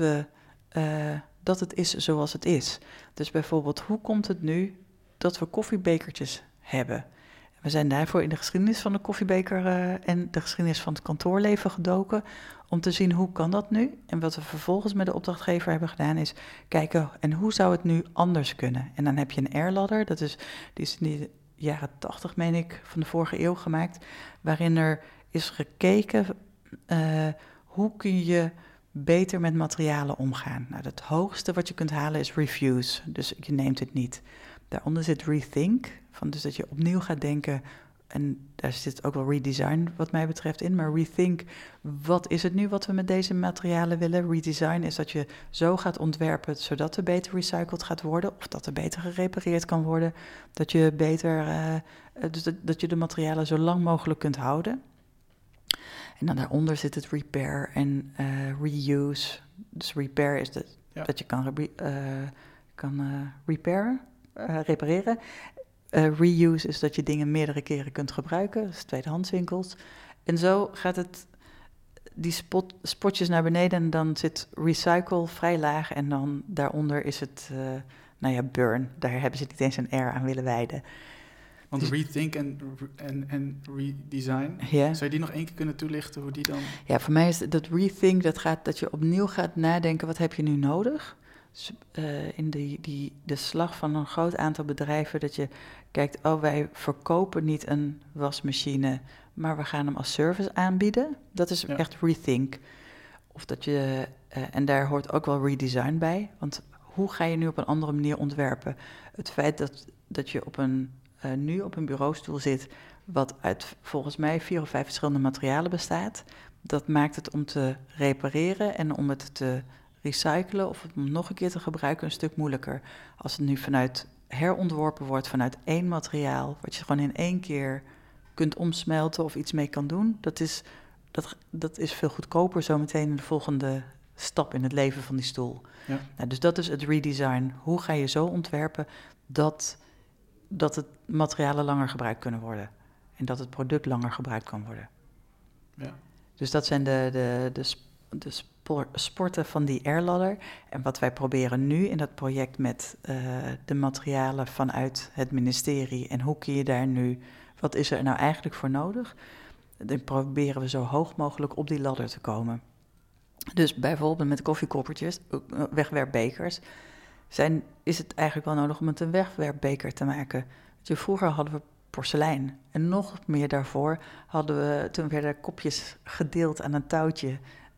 Speaker 2: dat het is zoals het is? Dus bijvoorbeeld, hoe komt het nu dat we koffiebekertjes hebben? We zijn daarvoor in de geschiedenis van de koffiebeker en de geschiedenis van het kantoorleven gedoken om te zien hoe kan dat nu. En wat we vervolgens met de opdrachtgever hebben gedaan is kijken, en hoe zou het nu anders kunnen? En dan heb je een airladder, die is in de jaren 80, meen ik, van de vorige eeuw gemaakt, waarin er is gekeken hoe kun je beter met materialen omgaan. Nou, het hoogste wat je kunt halen is refuse, dus je neemt het niet. Daaronder zit rethink, dus dat je opnieuw gaat denken, en daar zit ook wel redesign wat mij betreft in, maar rethink, wat is het nu wat we met deze materialen willen? Redesign is dat je zo gaat ontwerpen zodat er beter recycled gaat worden, of dat er beter gerepareerd kan worden, dat je dat je de materialen zo lang mogelijk kunt houden. En dan daaronder zit het repair en reuse. Dus repair is dat je kan repareren. Reuse is dat je dingen meerdere keren kunt gebruiken, dus tweedehandswinkels. En zo gaat het die spotjes naar beneden en dan zit recycle vrij laag en dan daaronder is het, burn. Daar hebben ze niet eens een R aan willen wijden.
Speaker 1: Want rethink en redesign, zou je die nog één keer kunnen toelichten, hoe die dan...
Speaker 2: Ja, voor mij is dat rethink, dat je opnieuw gaat nadenken, wat heb je nu nodig? Dus, in de slag van een groot aantal bedrijven, dat je kijkt, wij verkopen niet een wasmachine, maar we gaan hem als service aanbieden. Dat is echt rethink. Of dat je, en daar hoort ook wel redesign bij, want hoe ga je nu op een andere manier ontwerpen? Het feit dat je nu op een bureaustoel zit, wat uit volgens mij 4 of 5 verschillende materialen bestaat, dat maakt het om te repareren en om het te recyclen of om nog een keer te gebruiken een stuk moeilijker. Als het nu herontworpen wordt vanuit één materiaal, wat je gewoon in één keer kunt omsmelten of iets mee kan doen, dat is veel goedkoper zometeen in de volgende stap in het leven van die stoel. Ja. Nou, dus dat is het redesign. Hoe ga je zo ontwerpen dat het materialen langer gebruikt kunnen worden en dat het product langer gebruikt kan worden. Ja. Dus dat zijn de sporten van die airladder. En wat wij proberen nu in dat project met de materialen vanuit het ministerie en hoe kun je daar nu, wat is er nou eigenlijk voor nodig? Dan proberen we zo hoog mogelijk op die ladder te komen. Dus bijvoorbeeld met koffiekoppertjes, wegwerpbekers, is het eigenlijk wel nodig om het een wegwerpbeker te maken. Vroeger hadden we porselein en nog meer daarvoor toen werden kopjes gedeeld aan een touwtje.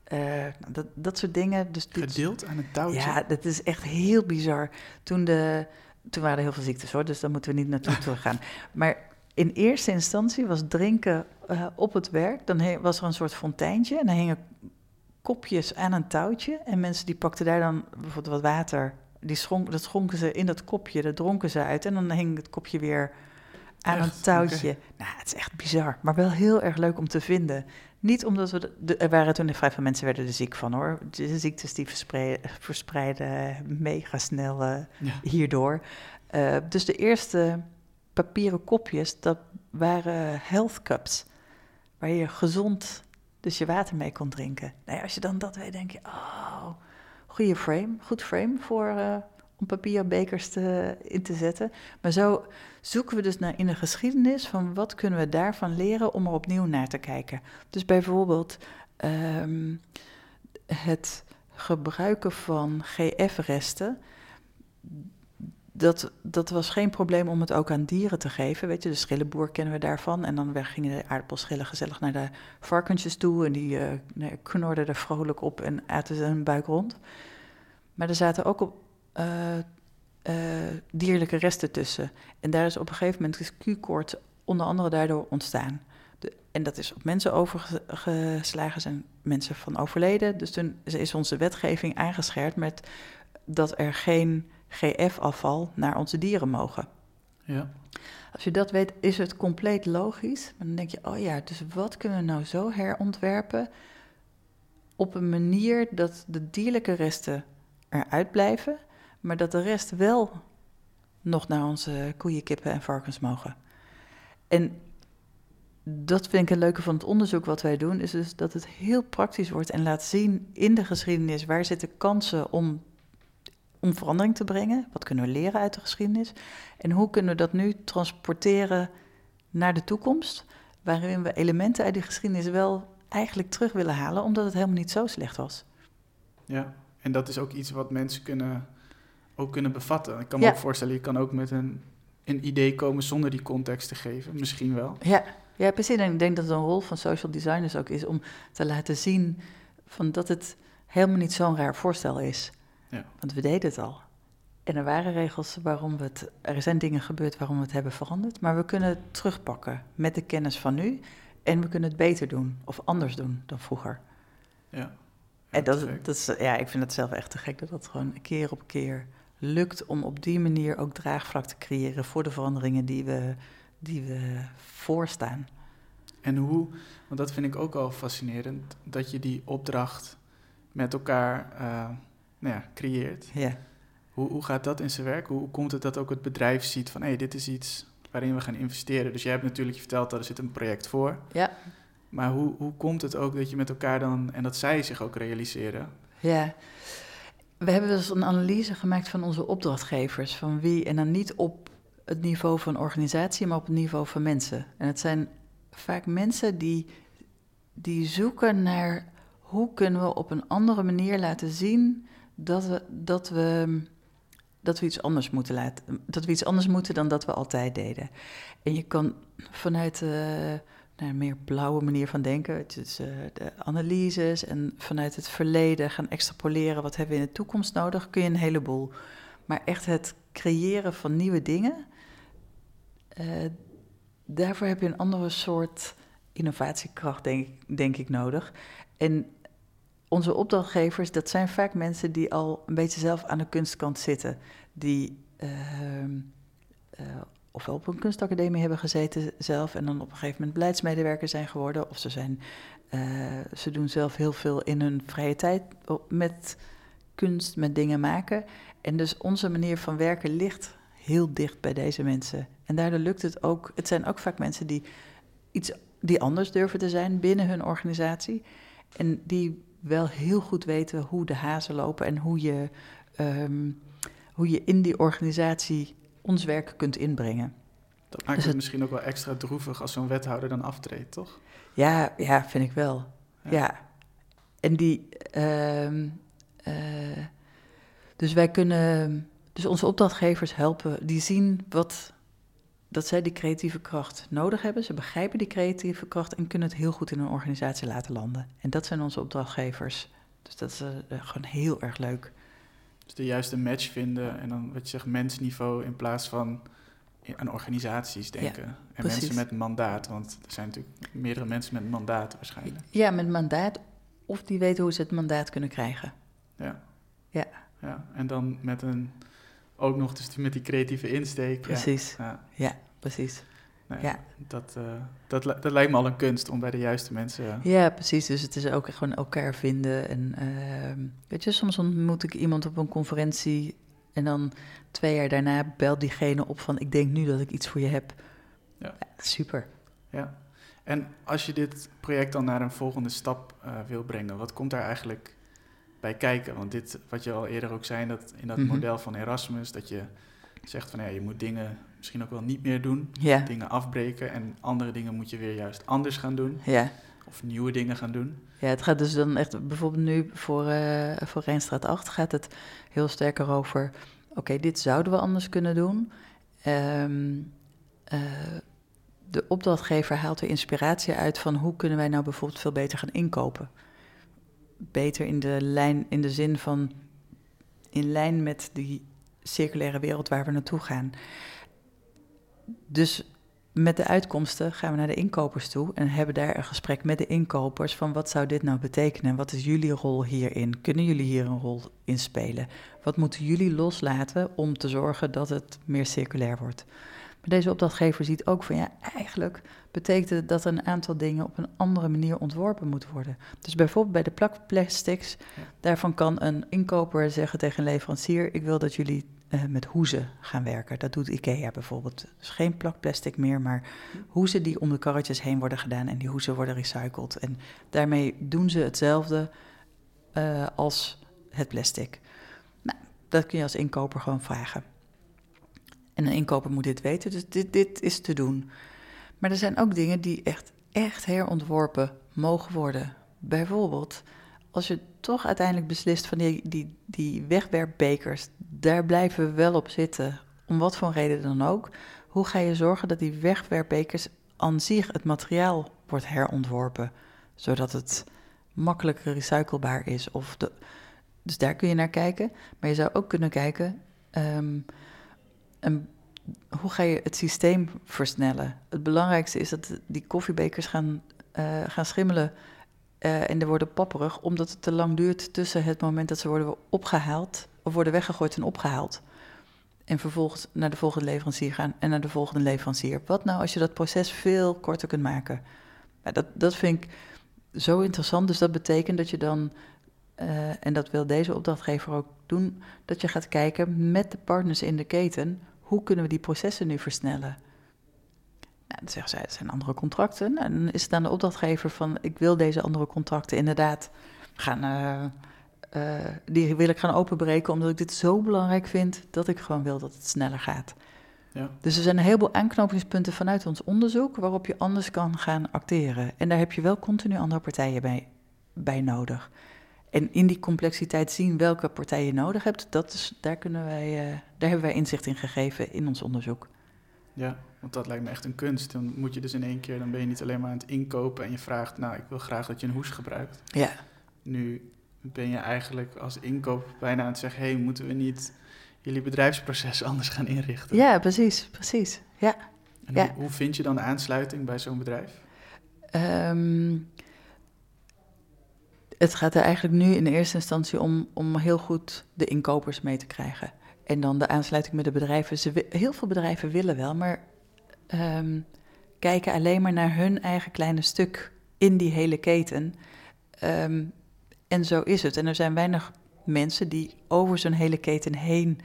Speaker 2: Dat soort dingen. Dus
Speaker 1: gedeeld aan een touwtje?
Speaker 2: Ja, dat is echt heel bizar. Toen waren er heel veel ziektes hoor, dus daar moeten we niet naartoe teruggaan. Maar in eerste instantie was drinken op het werk. Dan was er een soort fonteintje en dan hingen kopjes aan een touwtje. En mensen die pakten daar dan bijvoorbeeld wat water. Dat schonken ze in dat kopje, dat dronken ze uit. En dan hing het kopje weer aan een touwtje. Okay. Nou, het is echt bizar, maar wel heel erg leuk om te vinden. Niet omdat er waren toen vrij veel mensen werden er ziek van hoor. De ziektes die verspreiden mega snel hierdoor. Dus de eerste papieren kopjes, dat waren health cups. Waar je gezond dus je water mee kon drinken. Nou ja, als je dan dat weet, denk je, goed frame om papierbekers in te zetten. Maar zo zoeken we dus in de geschiedenis van wat kunnen we daarvan leren om er opnieuw naar te kijken. Dus bijvoorbeeld het gebruiken van GF-resten. dat was geen probleem om het ook aan dieren te geven. Weet je, de schillenboer kennen we daarvan. En dan gingen de aardappelschillen gezellig naar de varkentjes toe. En die knorden er vrolijk op en aten ze hun buik rond. Maar er zaten ook op dierlijke resten tussen. En daar is op een gegeven moment is Q-koorts onder andere daardoor ontstaan. En dat is op mensen overgeslagen, zijn mensen van overleden. Dus toen is onze wetgeving aangescherpt met dat er geen GF-afval naar onze dieren mogen.
Speaker 1: Ja.
Speaker 2: Als je dat weet, is het compleet logisch. Maar dan denk je, oh ja, dus wat kunnen we nou zo herontwerpen op een manier dat de dierlijke resten eruit blijven, maar dat de rest wel nog naar onze koeien, kippen en varkens mogen. En dat vind ik een leuke van het onderzoek wat wij doen, is dus dat het heel praktisch wordt en laat zien in de geschiedenis waar zitten kansen om verandering te brengen. Wat kunnen we leren uit de geschiedenis? En hoe kunnen we dat nu transporteren naar de toekomst, waarin we elementen uit die geschiedenis wel eigenlijk terug willen halen, omdat het helemaal niet zo slecht was.
Speaker 1: Ja, en dat is ook iets wat mensen kunnen bevatten. Ik kan me ook voorstellen, je kan ook met een idee komen zonder die context te geven. Misschien wel.
Speaker 2: Ja, precies. En ik denk dat het een rol van social designers ook is om te laten zien van dat het helemaal niet zo'n raar voorstel is.
Speaker 1: Ja.
Speaker 2: Want we deden het al. En er waren regels waarom er zijn dingen gebeurd waarom we het hebben veranderd, maar we kunnen het terugpakken met de kennis van nu en we kunnen het beter doen of anders doen dan vroeger.
Speaker 1: Ja.
Speaker 2: En dat is, ik vind het zelf echt te gek dat dat gewoon keer op keer lukt om op die manier ook draagvlak te creëren voor de veranderingen die we voorstaan.
Speaker 1: En hoe, want dat vind ik ook al fascinerend, dat je die opdracht met elkaar creëert.
Speaker 2: Ja.
Speaker 1: Hoe gaat dat in zijn werk? Hoe komt het dat ook het bedrijf ziet van, dit is iets waarin we gaan investeren? Dus jij hebt natuurlijk verteld dat er zit een project voor.
Speaker 2: Ja.
Speaker 1: Maar hoe komt het ook dat je met elkaar dan, en dat zij zich ook realiseren?
Speaker 2: Ja, we hebben dus een analyse gemaakt van onze opdrachtgevers, van wie, en dan niet op het niveau van organisatie, maar op het niveau van mensen. En het zijn vaak mensen die zoeken naar hoe kunnen we op een andere manier laten zien dat we iets anders moeten dat we iets anders moeten dan dat we altijd deden. En je kan vanuit een meer blauwe manier van denken, dus de analyses en vanuit het verleden gaan extrapoleren wat hebben we in de toekomst nodig, kun je een heleboel. Maar echt het creëren van nieuwe dingen, daarvoor heb je een andere soort innovatiekracht, denk ik, nodig. En onze opdrachtgevers, dat zijn vaak mensen die al een beetje zelf aan de kunstkant zitten. Die ofwel op een kunstacademie hebben gezeten zelf en dan op een gegeven moment beleidsmedewerker zijn geworden. Of ze doen zelf heel veel in hun vrije tijd met kunst, met dingen maken. En dus onze manier van werken ligt heel dicht bij deze mensen. En daardoor lukt het ook. Het zijn ook vaak mensen die anders durven te zijn binnen hun organisatie. En die wel heel goed weten hoe de hazen lopen en hoe je in die organisatie ons werk kunt inbrengen.
Speaker 1: Dat maakt het misschien ook wel extra droevig als zo'n wethouder dan aftreedt, toch?
Speaker 2: Ja, vind ik wel. Ja. En dus wij kunnen, dus onze opdrachtgevers helpen, die zien dat zij die creatieve kracht nodig hebben. Ze begrijpen die creatieve kracht en kunnen het heel goed in een organisatie laten landen. En dat zijn onze opdrachtgevers. Dus dat is gewoon heel erg leuk.
Speaker 1: Dus de juiste match vinden en dan wat je zegt mensniveau in plaats van aan organisaties denken. En
Speaker 2: precies.
Speaker 1: Mensen met mandaat, want er zijn natuurlijk meerdere mensen met mandaat waarschijnlijk.
Speaker 2: Ja, met mandaat of die weten hoe ze het mandaat kunnen krijgen. Ja.
Speaker 1: En dan ook nog dus met die creatieve insteek.
Speaker 2: Precies, ja precies.
Speaker 1: Nee, dat lijkt me al een kunst om bij de juiste mensen...
Speaker 2: Ja, precies. Dus het is ook gewoon elkaar vinden. En weet je, soms ontmoet ik iemand op een conferentie en dan 2 jaar daarna belt diegene op van ik denk nu dat ik iets voor je heb. Ja, super.
Speaker 1: Ja. En als je dit project dan naar een volgende stap wil brengen, wat komt daar eigenlijk bij kijken? Want dit, wat je al eerder ook zei, in dat model van Erasmus, dat je zegt van je moet dingen misschien ook wel niet meer doen, dingen afbreken en andere dingen moet je weer juist anders gaan doen.
Speaker 2: Ja.
Speaker 1: Of nieuwe dingen gaan doen.
Speaker 2: Ja, het gaat dus dan echt, bijvoorbeeld nu voor Rijnstraat 8 gaat het heel sterk over oké, dit zouden we anders kunnen doen. De opdrachtgever haalt er inspiratie uit van hoe kunnen wij nou bijvoorbeeld veel beter gaan inkopen. Beter in de zin van in lijn met die circulaire wereld waar we naartoe gaan. Dus met de uitkomsten gaan we naar de inkopers toe en hebben daar een gesprek met de inkopers van wat zou dit nou betekenen? Wat is jullie rol hierin? Kunnen jullie hier een rol in spelen? Wat moeten jullie loslaten om te zorgen dat het meer circulair wordt? Maar deze opdrachtgever ziet ook van eigenlijk betekent het dat een aantal dingen op een andere manier ontworpen moeten worden. Dus bijvoorbeeld bij de plakplastics, daarvan kan een inkoper zeggen tegen een leverancier, ik wil dat jullie met hoezen gaan werken. Dat doet IKEA bijvoorbeeld. Dus geen plakplastic meer, maar hoezen die om de karretjes heen worden gedaan en die hoezen worden recycled. En daarmee doen ze hetzelfde als het plastic. Nou, dat kun je als inkoper gewoon vragen. En een inkoper moet dit weten, dus dit is te doen. Maar er zijn ook dingen die echt herontworpen mogen worden. Bijvoorbeeld, als je toch uiteindelijk beslist van die wegwerpbekers, daar blijven we wel op zitten, om wat voor reden dan ook. Hoe ga je zorgen dat die wegwerpbekers aan zich, het materiaal, wordt herontworpen, zodat het makkelijker recyclebaar is? Dus daar kun je naar kijken. Maar je zou ook kunnen kijken, hoe ga je het systeem versnellen? Het belangrijkste is dat die koffiebekers gaan schimmelen en er worden papperig, omdat het te lang duurt tussen het moment dat ze worden opgehaald of worden weggegooid en opgehaald. En vervolgens naar de volgende leverancier gaan en naar de volgende leverancier. Wat nou als je dat proces veel korter kunt maken? Nou, dat vind ik zo interessant. Dus dat betekent dat je dan, en dat wil deze opdrachtgever ook doen, dat je gaat kijken met de partners in de keten, hoe kunnen we die processen nu versnellen? Nou, dan zeggen zij, het zijn andere contracten. Nou, dan is het aan de opdrachtgever van, ik wil deze andere contracten inderdaad die wil ik gaan openbreken, omdat ik dit zo belangrijk vind, dat ik gewoon wil dat het sneller gaat. Ja. Dus er zijn een heleboel aanknopingspunten vanuit ons onderzoek, waarop je anders kan gaan acteren. En daar heb je wel continu andere partijen bij nodig. En in die complexiteit zien welke partij je nodig hebt, daar hebben wij inzicht in gegeven in ons onderzoek.
Speaker 1: Ja, want dat lijkt me echt een kunst. Dan moet je dus in één keer, dan ben je niet alleen maar aan het inkopen en je vraagt, nou, ik wil graag dat je een hoes gebruikt.
Speaker 2: Ja.
Speaker 1: Nu ben je eigenlijk als inkoop bijna aan het zeggen, hey, moeten we niet jullie bedrijfsproces anders gaan inrichten?
Speaker 2: Ja, precies, ja.
Speaker 1: En hoe vind je dan de aansluiting bij zo'n bedrijf?
Speaker 2: Het gaat er eigenlijk nu in de eerste instantie om heel goed de inkopers mee te krijgen. En dan de aansluiting met de bedrijven. Heel veel bedrijven willen wel, maar kijken alleen maar naar hun eigen kleine stuk in die hele keten. En zo is het. En er zijn weinig mensen die over zo'n hele keten heen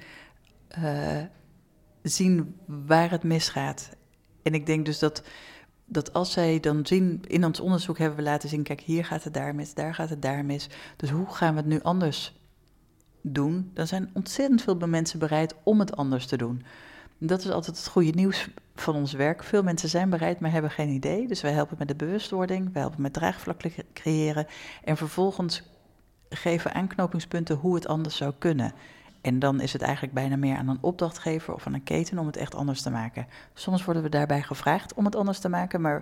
Speaker 2: zien waar het misgaat. En ik denk dus dat als zij dan zien, in ons onderzoek hebben we laten zien, kijk, hier gaat het daar mis, daar gaat het daar mis. Dus hoe gaan we het nu anders doen? Dan zijn ontzettend veel mensen bereid om het anders te doen. Dat is altijd het goede nieuws van ons werk. Veel mensen zijn bereid, maar hebben geen idee. Dus wij helpen met de bewustwording, wij helpen met draagvlak creëren. En vervolgens geven aanknopingspunten hoe het anders zou kunnen. En dan is het eigenlijk bijna meer aan een opdrachtgever of aan een keten om het echt anders te maken. Soms worden we daarbij gevraagd om het anders te maken, maar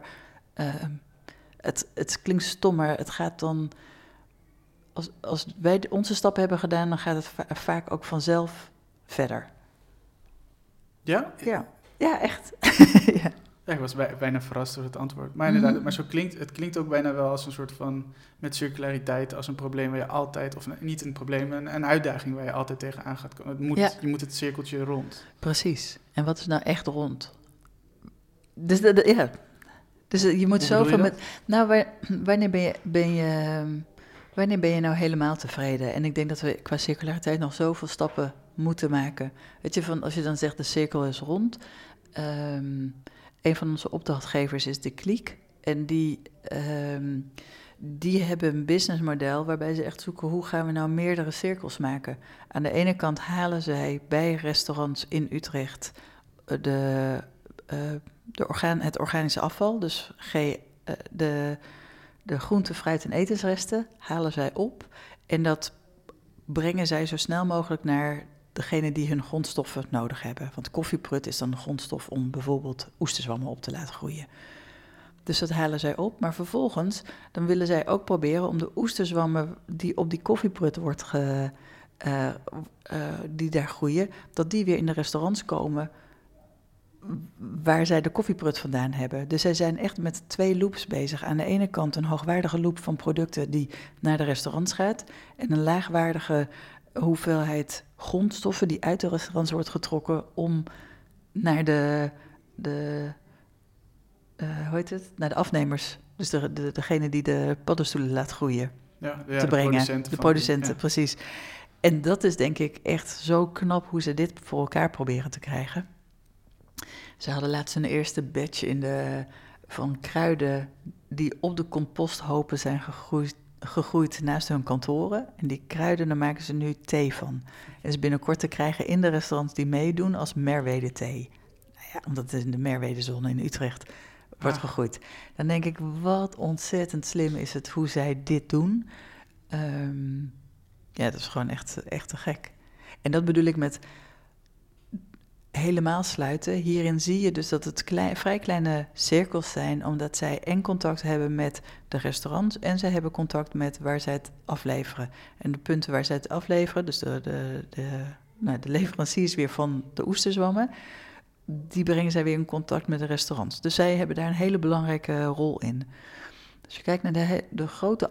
Speaker 2: het klinkt stommer. Het gaat dan, als wij onze stappen hebben gedaan, dan gaat het vaak ook vanzelf verder.
Speaker 1: Ja?
Speaker 2: Ja, echt. Ja.
Speaker 1: Ja, ik was bijna verrast door het antwoord. Maar inderdaad, maar het klinkt ook bijna wel als een soort van, met circulariteit, als een probleem waar je altijd, of niet een probleem, een uitdaging waar je altijd tegenaan gaat komen. Je moet het cirkeltje rond.
Speaker 2: Precies. En wat is nou echt rond? Dus je moet zoveel met. Nou, wanneer ben je nou helemaal tevreden? En ik denk dat we qua circulariteit nog zoveel stappen moeten maken. Weet je, als je dan zegt de cirkel is rond. Een van onze opdrachtgevers is De Kliek. En die hebben een businessmodel waarbij ze echt zoeken, hoe gaan we nou meerdere cirkels maken? Aan de ene kant halen zij bij restaurants in Utrecht het organische afval, dus de groente, fruit en etensresten halen zij op. En dat brengen zij zo snel mogelijk naar degene die hun grondstoffen nodig hebben. Want koffieprut is dan de grondstof om bijvoorbeeld oesterzwammen op te laten groeien. Dus dat halen zij op, maar vervolgens dan willen zij ook proberen om de oesterzwammen die op die koffieprut die daar groeien, dat die weer in de restaurants komen waar zij de koffieprut vandaan hebben. Dus zij zijn echt met 2 loops bezig. Aan de ene kant een hoogwaardige loop van producten die naar de restaurants gaat en een laagwaardige hoeveelheid grondstoffen die uit de restaurants wordt getrokken om naar naar de afnemers, dus degene die de paddenstoelen laat groeien, te brengen. De producenten, precies. En dat is denk ik echt zo knap hoe ze dit voor elkaar proberen te krijgen. Ze hadden laatst een eerste batch van kruiden die op de composthopen zijn gegroeid naast hun kantoren. En die kruiden, daar maken ze nu thee van. En is binnenkort te krijgen in de restaurants die meedoen als Merwede thee. Nou ja, omdat het in de Merwedezone in Utrecht wordt gegroeid. Dan denk ik, wat ontzettend slim is het hoe zij dit doen. Ja, dat is gewoon echt te gek. En dat bedoel ik met helemaal sluiten. Hierin zie je dus dat het vrij kleine cirkels zijn, omdat zij en contact hebben met de restaurants en zij hebben contact met waar zij het afleveren. En de punten waar zij het afleveren, dus de leveranciers weer van de oesterzwammen, die brengen zij weer in contact met de restaurants. Dus zij hebben daar een hele belangrijke rol in. Als je kijkt naar de grote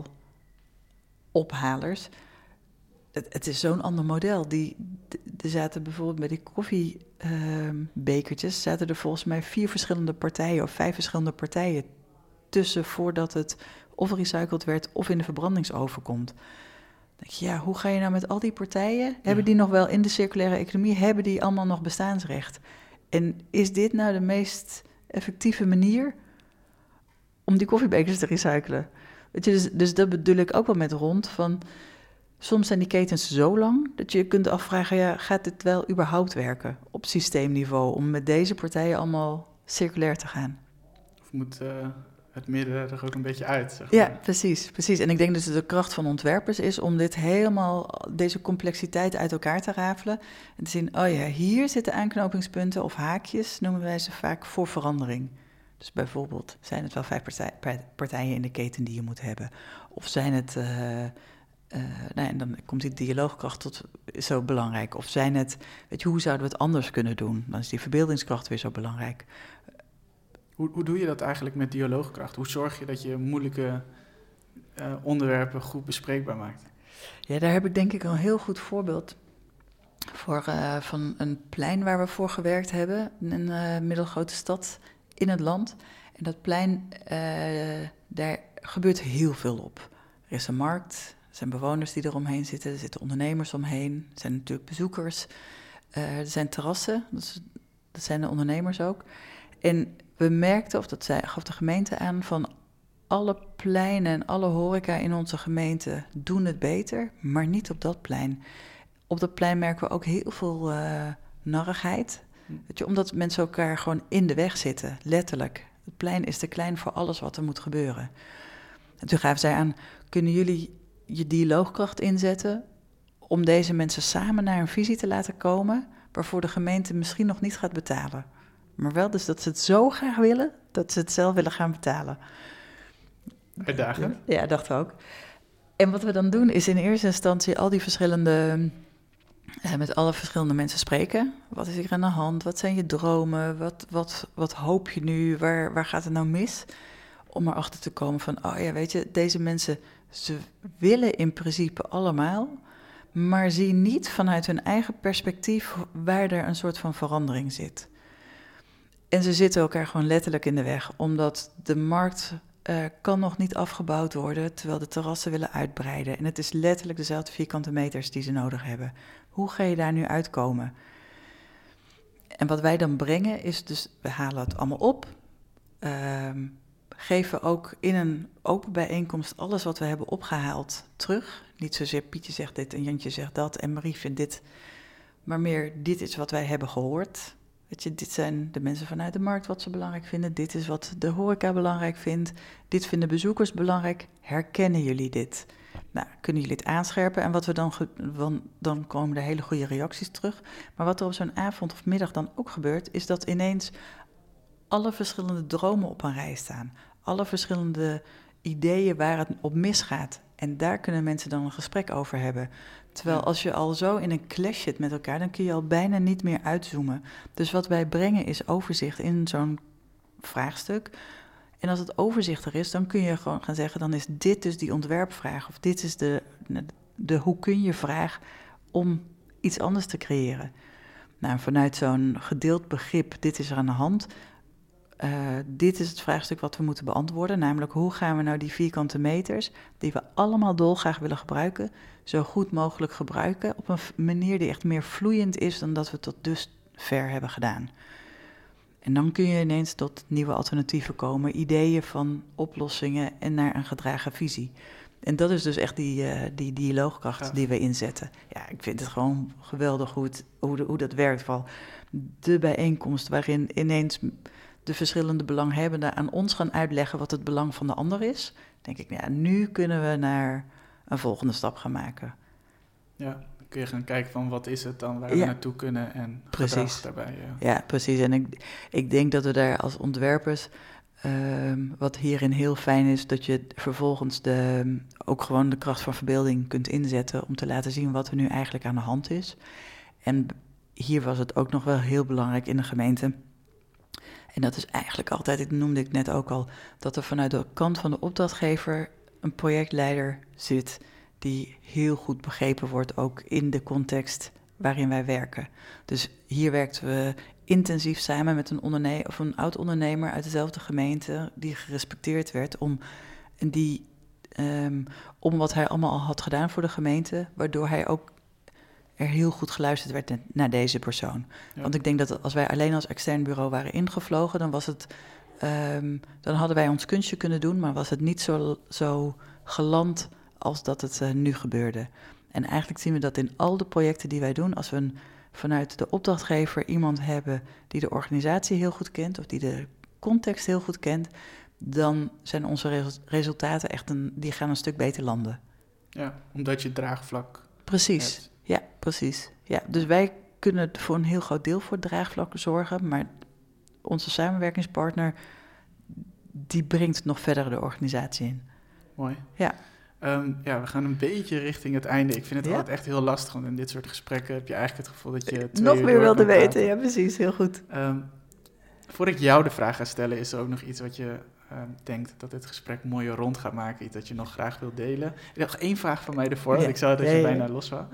Speaker 2: afvalophalers, het is zo'n ander model. Er zaten bijvoorbeeld bij die koffiebekertjes, zaten er volgens mij 4 verschillende partijen of 5 verschillende partijen tussen voordat het of recycled werd of in de verbrandingsoven komt. Dan denk je, ja, hoe ga je nou met al die partijen? Ja. Hebben die nog wel in de circulaire economie, hebben die allemaal nog bestaansrecht? En is dit nou de meest effectieve manier om die koffiebekers te recyclen? Weet je, dus dat bedoel ik ook wel met rond van, soms zijn die ketens zo lang dat je kunt afvragen, ja, gaat dit wel überhaupt werken op systeemniveau om met deze partijen allemaal circulair te gaan?
Speaker 1: Of moet het midden er ook een beetje uit? Zeg maar.
Speaker 2: Ja, precies. En ik denk dat de kracht van ontwerpers is om deze complexiteit uit elkaar te rafelen en te zien, oh ja, hier zitten aanknopingspunten of haakjes, noemen wij ze vaak, voor verandering. Dus bijvoorbeeld, zijn het wel 5 partijen in de keten die je moet hebben? Of zijn het en dan komt die dialoogkracht zo belangrijk. Of zijn het, hoe zouden we het anders kunnen doen? Dan is die verbeeldingskracht weer zo belangrijk.
Speaker 1: Hoe doe je dat eigenlijk met dialoogkracht? Hoe zorg je dat je moeilijke onderwerpen goed bespreekbaar maakt?
Speaker 2: Ja, daar heb ik denk ik een heel goed voorbeeld van een plein waar we voor gewerkt hebben. Een middelgrote stad in het land. En dat plein, daar gebeurt heel veel op. Er is een markt. Er zijn bewoners die eromheen zitten, er zitten ondernemers omheen, er zijn natuurlijk bezoekers, er zijn terrassen, dat zijn de ondernemers ook. En we merkten, gaf de gemeente aan, van alle pleinen en alle horeca in onze gemeente doen het beter, maar niet op dat plein. Op dat plein merken we ook heel veel narrigheid, omdat mensen elkaar gewoon in de weg zitten, letterlijk. Het plein is te klein voor alles wat er moet gebeuren. En toen gaven zij aan, kunnen jullie je dialoogkracht inzetten om deze mensen samen naar een visie te laten komen, waarvoor de gemeente misschien nog niet gaat betalen. Maar wel dus dat ze het zo graag willen, dat ze het zelf willen gaan betalen.
Speaker 1: Uitdagend.
Speaker 2: Ja, dacht ik ook. En wat we dan doen is in eerste instantie met alle verschillende mensen spreken. Wat is hier aan de hand? Wat zijn je dromen? Wat hoop je nu? Waar gaat het nou mis? Om erachter te komen van, oh ja, weet je, deze mensen, ze willen in principe allemaal, maar zien niet vanuit hun eigen perspectief waar er een soort van verandering zit. En ze zitten elkaar gewoon letterlijk in de weg, omdat de markt kan nog niet afgebouwd worden, terwijl de terrassen willen uitbreiden. En het is letterlijk dezelfde vierkante meters die ze nodig hebben. Hoe ga je daar nu uitkomen? En wat wij dan brengen is dus, we halen het allemaal op, geven ook in een open bijeenkomst alles wat we hebben opgehaald terug. Niet zozeer Pietje zegt dit en Jantje zegt dat en Marie vindt dit, maar meer dit is wat wij hebben gehoord. Weet je, dit zijn de mensen vanuit de markt wat ze belangrijk vinden. Dit is wat de horeca belangrijk vindt. Dit vinden bezoekers belangrijk. Herkennen jullie dit? Nou, kunnen jullie het aanscherpen? En wat we dan komen er hele goede reacties terug. Maar wat er op zo'n avond of middag dan ook gebeurt, is dat ineens alle verschillende dromen op een rij staan. Alle verschillende ideeën waar het op misgaat. En daar kunnen mensen dan een gesprek over hebben. Terwijl als je al zo in een clash zit met elkaar, dan kun je al bijna niet meer uitzoomen. Dus wat wij brengen is overzicht in zo'n vraagstuk. En als het overzicht er is, dan kun je gewoon gaan zeggen, dan is dit dus die ontwerpvraag. Of dit is de hoe kun je vraag om iets anders te creëren. Nou, vanuit zo'n gedeeld begrip, dit is er aan de hand. Dit is het vraagstuk wat we moeten beantwoorden. Namelijk, hoe gaan we nou die vierkante meters, die we allemaal dolgraag willen gebruiken, zo goed mogelijk gebruiken op een manier die echt meer vloeiend is dan dat we tot dusver hebben gedaan. En dan kun je ineens tot nieuwe alternatieven komen, ideeën van oplossingen en naar een gedragen visie. En dat is dus echt die dialoogkracht die we inzetten. Ja, ik vind het gewoon geweldig hoe dat werkt. Vooral de bijeenkomst waarin ineens de verschillende belanghebbenden aan ons gaan uitleggen wat het belang van de ander is. Denk ik, ja, nu kunnen we naar een volgende stap gaan maken.
Speaker 1: Ja, dan kun je gaan kijken van wat is het dan waar we naartoe kunnen en gedrag daarbij.
Speaker 2: Ja, precies. En ik denk dat we daar als ontwerpers, wat hierin heel fijn is, dat je vervolgens ook gewoon de kracht van verbeelding kunt inzetten om te laten zien wat er nu eigenlijk aan de hand is. En hier was het ook nog wel heel belangrijk in de gemeente. En dat is eigenlijk altijd, dat noemde ik net ook al, dat er vanuit de kant van de opdrachtgever een projectleider zit die heel goed begrepen wordt, ook in de context waarin wij werken. Dus hier werkten we intensief samen met een oud-ondernemer uit dezelfde gemeente die gerespecteerd werd om wat hij allemaal al had gedaan voor de gemeente, waardoor hij ook er heel goed geluisterd werd naar deze persoon. Ja. Want ik denk dat als wij alleen als extern bureau waren ingevlogen, dan was het, dan hadden wij ons kunstje kunnen doen, maar was het niet zo geland als dat het nu gebeurde. En eigenlijk zien we dat in al de projecten die wij doen, als we vanuit de opdrachtgever iemand hebben die de organisatie heel goed kent of die de context heel goed kent, dan zijn onze resultaten die gaan een stuk beter landen.
Speaker 1: Ja, omdat je draagvlak
Speaker 2: Precies.
Speaker 1: hebt.
Speaker 2: Ja, precies. Ja, dus wij kunnen voor een heel groot deel voor het draagvlak zorgen, maar onze samenwerkingspartner, die brengt nog verder de organisatie in.
Speaker 1: Mooi.
Speaker 2: Ja.
Speaker 1: We gaan een beetje richting het einde. Ik vind het altijd echt heel lastig, want in dit soort gesprekken heb je eigenlijk het gevoel dat je 2
Speaker 2: nog
Speaker 1: uur
Speaker 2: meer wilde weten.
Speaker 1: praten.
Speaker 2: Ja, precies. Heel goed.
Speaker 1: Voordat ik jou de vraag ga stellen, is er ook nog iets wat je denkt dat dit gesprek mooier rond gaat maken? Iets dat je nog graag wilt delen? Ik heb nog 1 vraag van mij ervoor, want ik zou dat je bijna los was.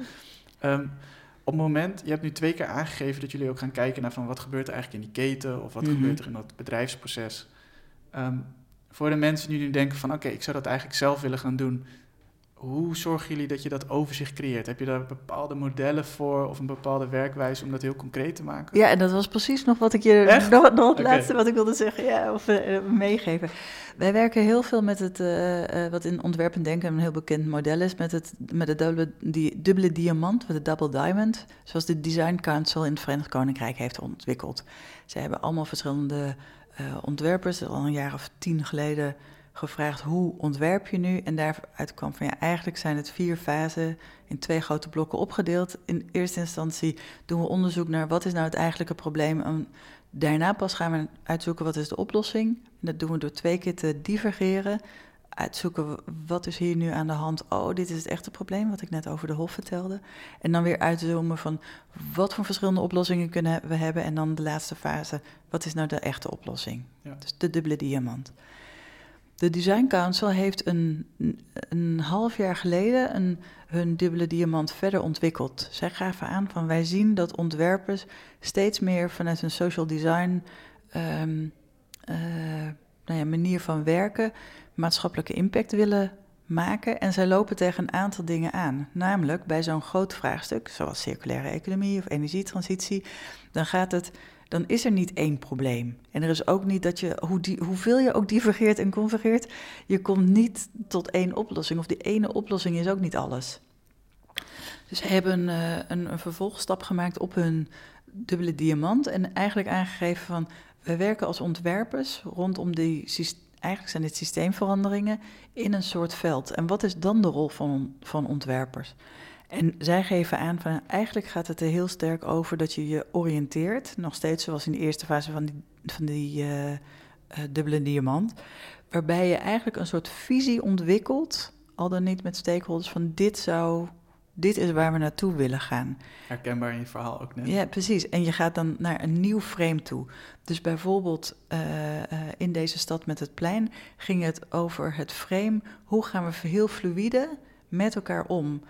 Speaker 1: Op het moment, je hebt nu 2 keer aangegeven dat jullie ook gaan kijken naar van wat gebeurt er eigenlijk in die keten of wat gebeurt er in dat bedrijfsproces. Voor de mensen die nu denken van oké, ik zou dat eigenlijk zelf willen gaan doen. Hoe zorgen jullie dat je dat overzicht creëert? Heb je daar bepaalde modellen voor of een bepaalde werkwijze om dat heel concreet te maken?
Speaker 2: Ja, en dat was precies nog wat ik je nog het laatste wat ik wilde zeggen, of meegeven. Wij werken heel veel met het, wat in ontwerp en denken een heel bekend model is, met de dubbele diamant, met de double diamond, zoals de Design Council in het Verenigd Koninkrijk heeft ontwikkeld. Zij hebben allemaal verschillende ontwerpers, al een jaar of 10 geleden gevraagd hoe ontwerp je nu? En daaruit kwam van eigenlijk zijn het 4 fasen in 2 grote blokken opgedeeld. In eerste instantie doen we onderzoek naar wat is nou het eigenlijke probleem. En daarna pas gaan we uitzoeken wat is de oplossing. En dat doen we door 2 keer te divergeren. Uitzoeken wat is hier nu aan de hand. Oh, dit is het echte probleem wat ik net over de Hof vertelde. En dan weer uitzoomen van wat voor verschillende oplossingen kunnen we hebben. En dan de laatste fase, wat is nou de echte oplossing? Ja. Dus de dubbele diamant. De Design Council heeft een half jaar geleden hun dubbele diamant verder ontwikkeld. Zij gaven aan van wij zien dat ontwerpers steeds meer vanuit een social design manier van werken maatschappelijke impact willen maken. En zij lopen tegen een aantal dingen aan. Namelijk bij zo'n groot vraagstuk, zoals circulaire economie of energietransitie, dan is er niet 1 probleem. En er is ook niet dat je, hoeveel je ook divergeert en convergeert, je komt niet tot 1 oplossing. Of die ene oplossing is ook niet alles. Dus ze hebben een vervolgstap gemaakt op hun dubbele diamant en eigenlijk aangegeven van, we werken als ontwerpers rondom eigenlijk zijn dit systeemveranderingen in een soort veld. En wat is dan de rol van ontwerpers? En zij geven aan van, eigenlijk gaat het er heel sterk over dat je je oriënteert, nog steeds zoals in de eerste fase van die dubbele diamant, waarbij je eigenlijk een soort visie ontwikkelt, al dan niet met stakeholders, van dit is waar we naartoe willen gaan.
Speaker 1: Herkenbaar in je verhaal ook net.
Speaker 2: Ja, precies. En je gaat dan naar een nieuw frame toe. Dus bijvoorbeeld in deze stad met het plein ging het over het frame. Hoe gaan we heel fluïde met elkaar om?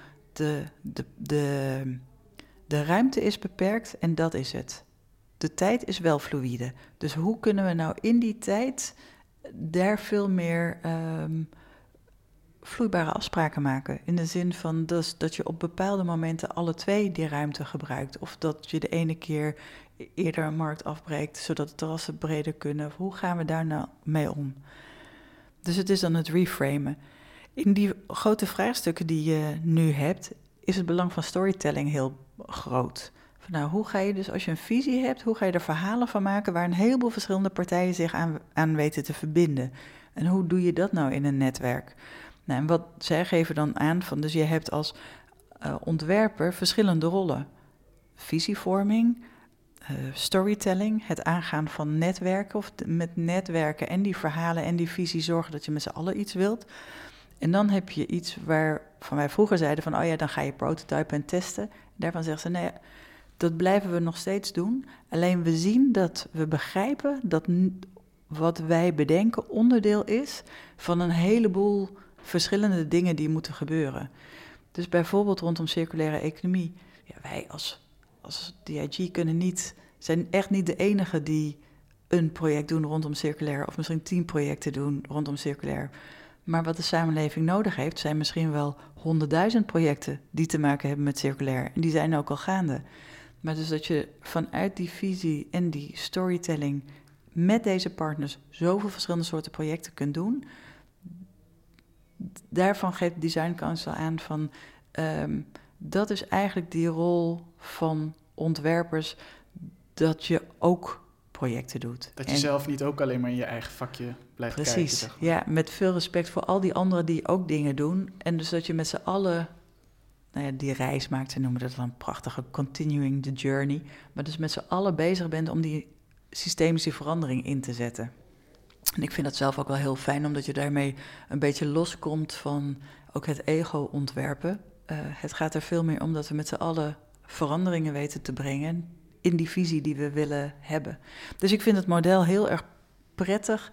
Speaker 2: De ruimte is beperkt en dat is het. De tijd is wel fluïde. Dus hoe kunnen we nou in die tijd daar veel meer vloeibare afspraken maken? In de zin van dus dat je op bepaalde momenten alle twee die ruimte gebruikt. Of dat je de ene keer eerder een markt afbreekt, zodat de terrassen breder kunnen. Hoe gaan we daar nou mee om? Dus het is dan het reframen. In die grote vraagstukken die je nu hebt, is het belang van storytelling heel groot. Nou, hoe ga je dus, als je een visie hebt, hoe ga je er verhalen van maken waar een heleboel verschillende partijen zich aan weten te verbinden? En hoe doe je dat nou in een netwerk? Nou, en wat zij geven dan aan van, dus je hebt als ontwerper verschillende rollen. Visievorming, storytelling, het aangaan van netwerken of met netwerken en die verhalen en die visie zorgen dat je met z'n allen iets wilt. En dan heb je iets waarvan wij vroeger zeiden van, oh ja, dan ga je prototypen en testen. Daarvan zeggen ze, nee, dat blijven we nog steeds doen. Alleen we zien dat we begrijpen dat wat wij bedenken onderdeel is van een heleboel verschillende dingen die moeten gebeuren. Dus bijvoorbeeld rondom circulaire economie. Ja, wij als DIG zijn echt niet de enige die een project doen rondom circulair, of misschien 10 projecten doen rondom circulair. Maar wat de samenleving nodig heeft, zijn misschien wel 100.000 projecten die te maken hebben met circulair. En die zijn ook al gaande. Maar dus dat je vanuit die visie en die storytelling met deze partners zoveel verschillende soorten projecten kunt doen. Daarvan geeft Design Council aan van, dat is eigenlijk die rol van ontwerpers, dat je ook projecten doet.
Speaker 1: Dat je zelf niet ook alleen maar in je eigen vakje blijft kijken.
Speaker 2: Precies, zeg maar. Ja, met veel respect voor al die anderen die ook dingen doen. En dus dat je met z'n allen die reis maakt, ze noemen dat dan een prachtige continuing the journey. Maar dus met z'n allen bezig bent om die systemische verandering in te zetten. En ik vind dat zelf ook wel heel fijn, omdat je daarmee een beetje loskomt van ook het ego ontwerpen. Het gaat er veel meer om dat we met z'n allen veranderingen weten te brengen in die visie die we willen hebben. Dus ik vind het model heel erg prettig,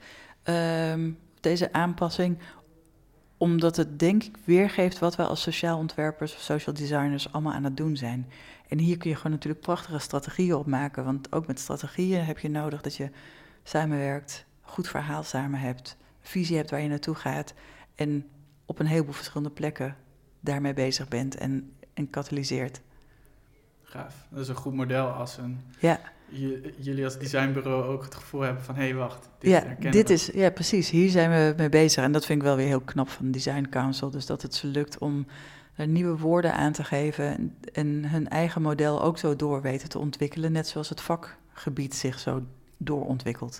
Speaker 2: deze aanpassing, omdat het denk ik weergeeft wat we als sociaal ontwerpers of social designers allemaal aan het doen zijn. En hier kun je gewoon natuurlijk prachtige strategieën op maken, want ook met strategieën heb je nodig dat je samenwerkt, goed verhaal samen hebt, visie hebt waar je naartoe gaat en op een heleboel verschillende plekken daarmee bezig bent en katalyseert.
Speaker 1: Gaaf. Dat is een goed model als jullie als designbureau ook het gevoel hebben van, hé, wacht,
Speaker 2: dit precies, hier zijn we mee bezig. En dat vind ik wel weer heel knap van Design Council. Dus dat het ze lukt om er nieuwe woorden aan te geven en hun eigen model ook zo door weten te ontwikkelen, net zoals het vakgebied zich zo doorontwikkelt.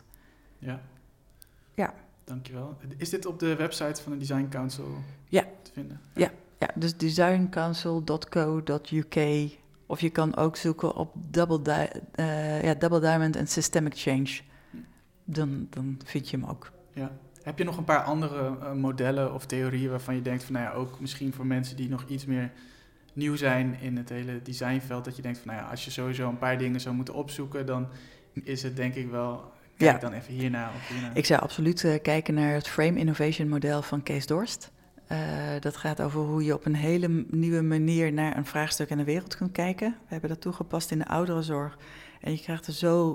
Speaker 1: Ja. Dankjewel. Is dit op de website van de Design Council te vinden?
Speaker 2: Ja, dus designcouncil.co.uk. Of je kan ook zoeken op Double Diamond en Systemic Change. Dan vind je hem ook.
Speaker 1: Ja. Heb je nog een paar andere modellen of theorieën waarvan je denkt van, ook misschien voor mensen die nog iets meer nieuw zijn in het hele designveld, dat je denkt van, als je sowieso een paar dingen zou moeten opzoeken, dan is het denk ik wel, kijk dan even hierna of hierna.
Speaker 2: Ik zou absoluut kijken naar het Frame Innovation model van Kees Dorst. Dat gaat over hoe je op een hele nieuwe manier naar een vraagstuk en de wereld kunt kijken. We hebben dat toegepast in de ouderenzorg. En je krijgt er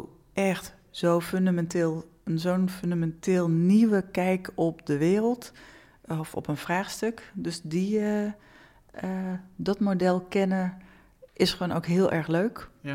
Speaker 2: zo'n fundamenteel nieuwe kijk op de wereld of op een vraagstuk. Dus dat model kennen is gewoon ook heel erg leuk.
Speaker 1: Ja.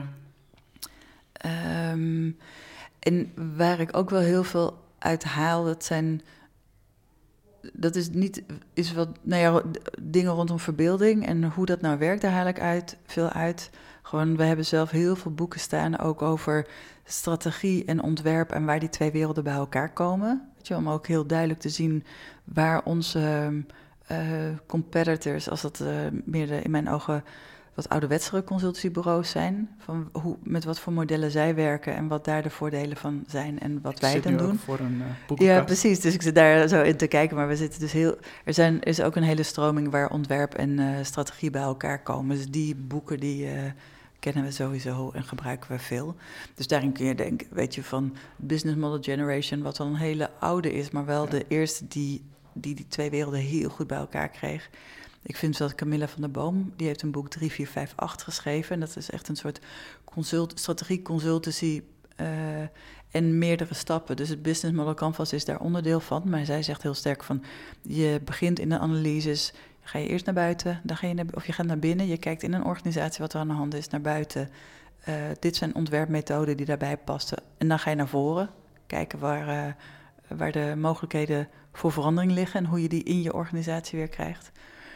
Speaker 2: En waar ik ook wel heel veel uit haal, dat zijn dat is niet, is wat, nou ja, dingen rondom verbeelding en hoe dat nou werkt, daar haal ik veel uit. Gewoon, we hebben zelf heel veel boeken staan, ook over strategie en ontwerp en waar die twee werelden bij elkaar komen. Weet je, om ook heel duidelijk te zien waar onze competitors, als dat meer in mijn ogen wat ouderwetsere consultancybureaus zijn, van met wat voor modellen zij werken en wat daar de voordelen van zijn en wat wij dan doen.
Speaker 1: Voor een boekenkast.
Speaker 2: Ja, precies. Dus ik zit daar zo in te kijken, maar we zitten dus is ook een hele stroming waar ontwerp en strategie bij elkaar komen. Dus die boeken die kennen we sowieso en gebruiken we veel. Dus daarin kun je denken, weet je, van Business Model Generation, wat dan een hele oude is, maar wel de eerste die twee werelden heel goed bij elkaar kreeg. Ik vind dat Camilla van der Boom, die heeft een boek 3458 geschreven. En dat is echt een soort strategie, consultancy en meerdere stappen. Dus het Business Model Canvas is daar onderdeel van. Maar zij zegt heel sterk van, je begint in de analyses, ga je eerst naar buiten, dan ga je of je gaat naar binnen. Je kijkt in een organisatie wat er aan de hand is, naar buiten. Dit zijn ontwerpmethoden die daarbij passen. En dan ga je naar voren, kijken waar de mogelijkheden voor verandering liggen en hoe je die in je organisatie weer krijgt.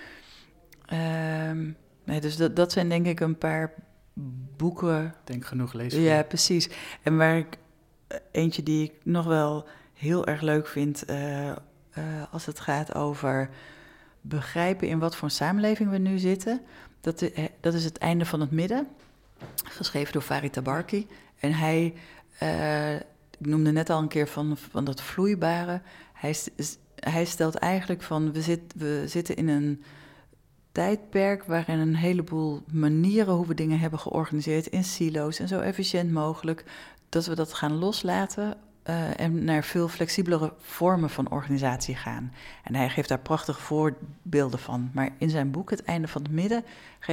Speaker 2: Dus dat zijn denk ik een paar boeken.
Speaker 1: Ik denk genoeg lezen.
Speaker 2: Ja, precies. En waar ik eentje die ik nog wel heel erg leuk vind, als het gaat over begrijpen in wat voor samenleving we nu zitten. Dat is Het Einde van het Midden, geschreven door Farid Tabarki. En hij, ik noemde net al een keer van dat vloeibare. Hij stelt eigenlijk van, we zitten in een tijdperk waarin een heleboel manieren hoe we dingen hebben georganiseerd in silo's en zo efficiënt mogelijk, dat we dat gaan loslaten en naar veel flexibelere vormen van organisatie gaan. En hij geeft daar prachtige voorbeelden van. Maar in zijn boek Het Einde van het Midden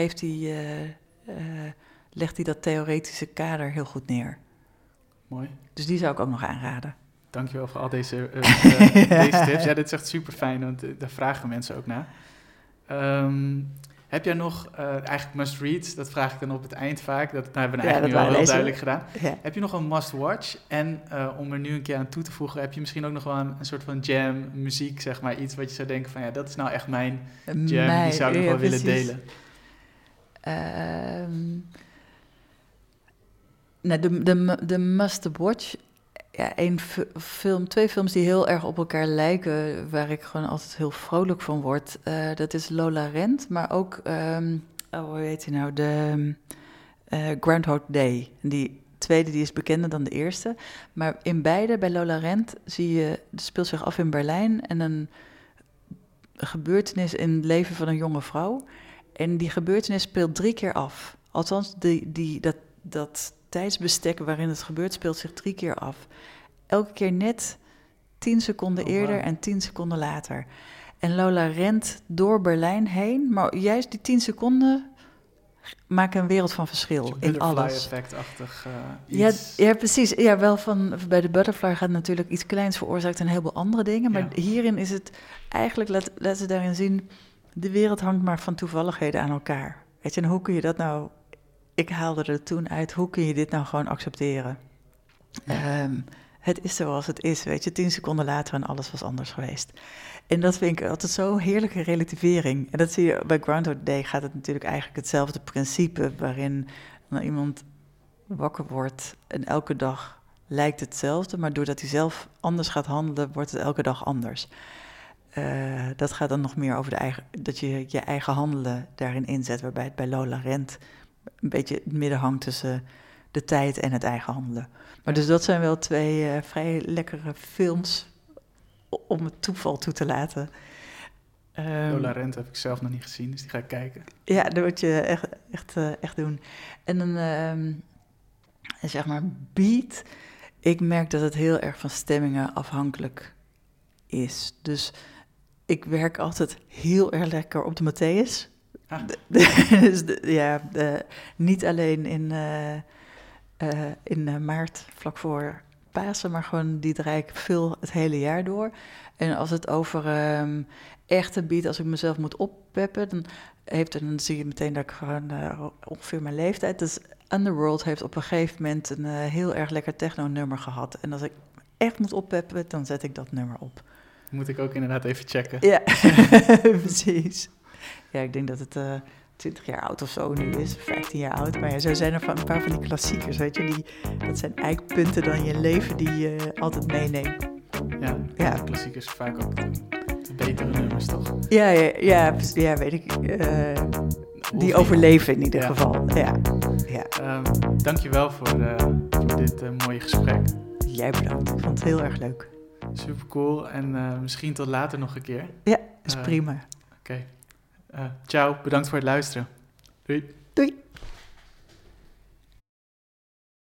Speaker 2: legt hij dat theoretische kader heel goed neer.
Speaker 1: Mooi.
Speaker 2: Dus die zou ik ook nog aanraden.
Speaker 1: Dankjewel voor al deze tips. Ja, dit is echt super fijn, want daar vragen mensen ook naar. Heb jij nog, eigenlijk must-reads, dat vraag ik dan op het eind vaak. Dat hebben we eigenlijk nu al heel duidelijk gedaan. Ja. Heb je nog een must-watch? En om er nu een keer aan toe te voegen, heb je misschien ook nog wel een soort van jam, muziek, zeg maar. Iets wat je zou denken van, ja, dat is nou echt mijn jam. Die zou ik nog wel willen delen.
Speaker 2: De must-watch, ja, twee films die heel erg op elkaar lijken, waar ik gewoon altijd heel vrolijk van word. Dat is Lola Rent, maar ook, hoe heet die nou, de Groundhog Day. En die tweede die is bekender dan de eerste. Maar in beide, bij Lola Rent, zie je, het speelt zich af in Berlijn en een gebeurtenis in het leven van een jonge vrouw. En die gebeurtenis speelt 3 keer af. Althans, dat tijdsbestek waarin het gebeurt, speelt zich 3 keer af. Elke keer net 10 seconden eerder en 10 seconden later. En Lola rent door Berlijn heen, maar juist die 10 seconden maken een wereld van verschil in alles.
Speaker 1: Butterfly-effect-achtig iets.
Speaker 2: Ja, precies. Ja, wel bij de Butterfly gaat natuurlijk iets kleins veroorzaakt een heleboel andere dingen. Maar hierin is het eigenlijk, laten ze daarin zien, de wereld hangt maar van toevalligheden aan elkaar. Weet je, en hoe kun je dat nou... Ik haalde er toen uit, hoe kun je dit nou gewoon accepteren? Ja. Het is zoals het is, weet je. 10 seconden later en alles was anders geweest. En dat vind ik altijd zo'n heerlijke relativering. En dat zie je bij Groundhog Day, gaat het natuurlijk eigenlijk hetzelfde principe, waarin iemand wakker wordt en elke dag lijkt hetzelfde, maar doordat hij zelf anders gaat handelen, wordt het elke dag anders. Dat gaat dan nog meer over dat je je eigen handelen daarin inzet, waarbij het bij Lola Rent een beetje het midden hangt tussen de tijd en het eigen handelen. Maar dus dat zijn wel 2 vrij lekkere films om het toeval toe te laten.
Speaker 1: Lola Rent heb ik zelf nog niet gezien, dus die ga ik kijken.
Speaker 2: Ja, dat moet je echt doen. En dan, zeg maar, beat. Ik merk dat het heel erg van stemmingen afhankelijk is. Dus ik werk altijd heel erg lekker op de Matthäus. Dus niet alleen in maart, vlak voor Pasen, maar gewoon die draai ik veel het hele jaar door. En als het over echte beat, als ik mezelf moet oppeppen, dan zie je meteen dat ik gewoon ongeveer mijn leeftijd. Dus Underworld heeft op een gegeven moment een heel erg lekker techno-nummer gehad. En als ik echt moet oppeppen, dan zet ik dat nummer op.
Speaker 1: Moet ik ook inderdaad even checken.
Speaker 2: Ja, precies. Ja, ik denk dat het 20 jaar oud of zo nu is, 15 jaar oud. Maar ja, zo zijn er een paar van die klassiekers, weet je. Dat zijn eikpunten dan in je leven die je altijd meeneemt.
Speaker 1: Ja, klassiekers vaak ook de betere nummers, toch?
Speaker 2: Ja, weet ik. Die overleven in ieder geval. Ja.
Speaker 1: Dankjewel voor dit mooie gesprek.
Speaker 2: Jij bedankt. Ik vond het heel erg leuk.
Speaker 1: Super cool. En misschien tot later nog een keer.
Speaker 2: Ja, is prima.
Speaker 1: Oké. Ciao. Bedankt voor het luisteren. Doei.
Speaker 2: Doei.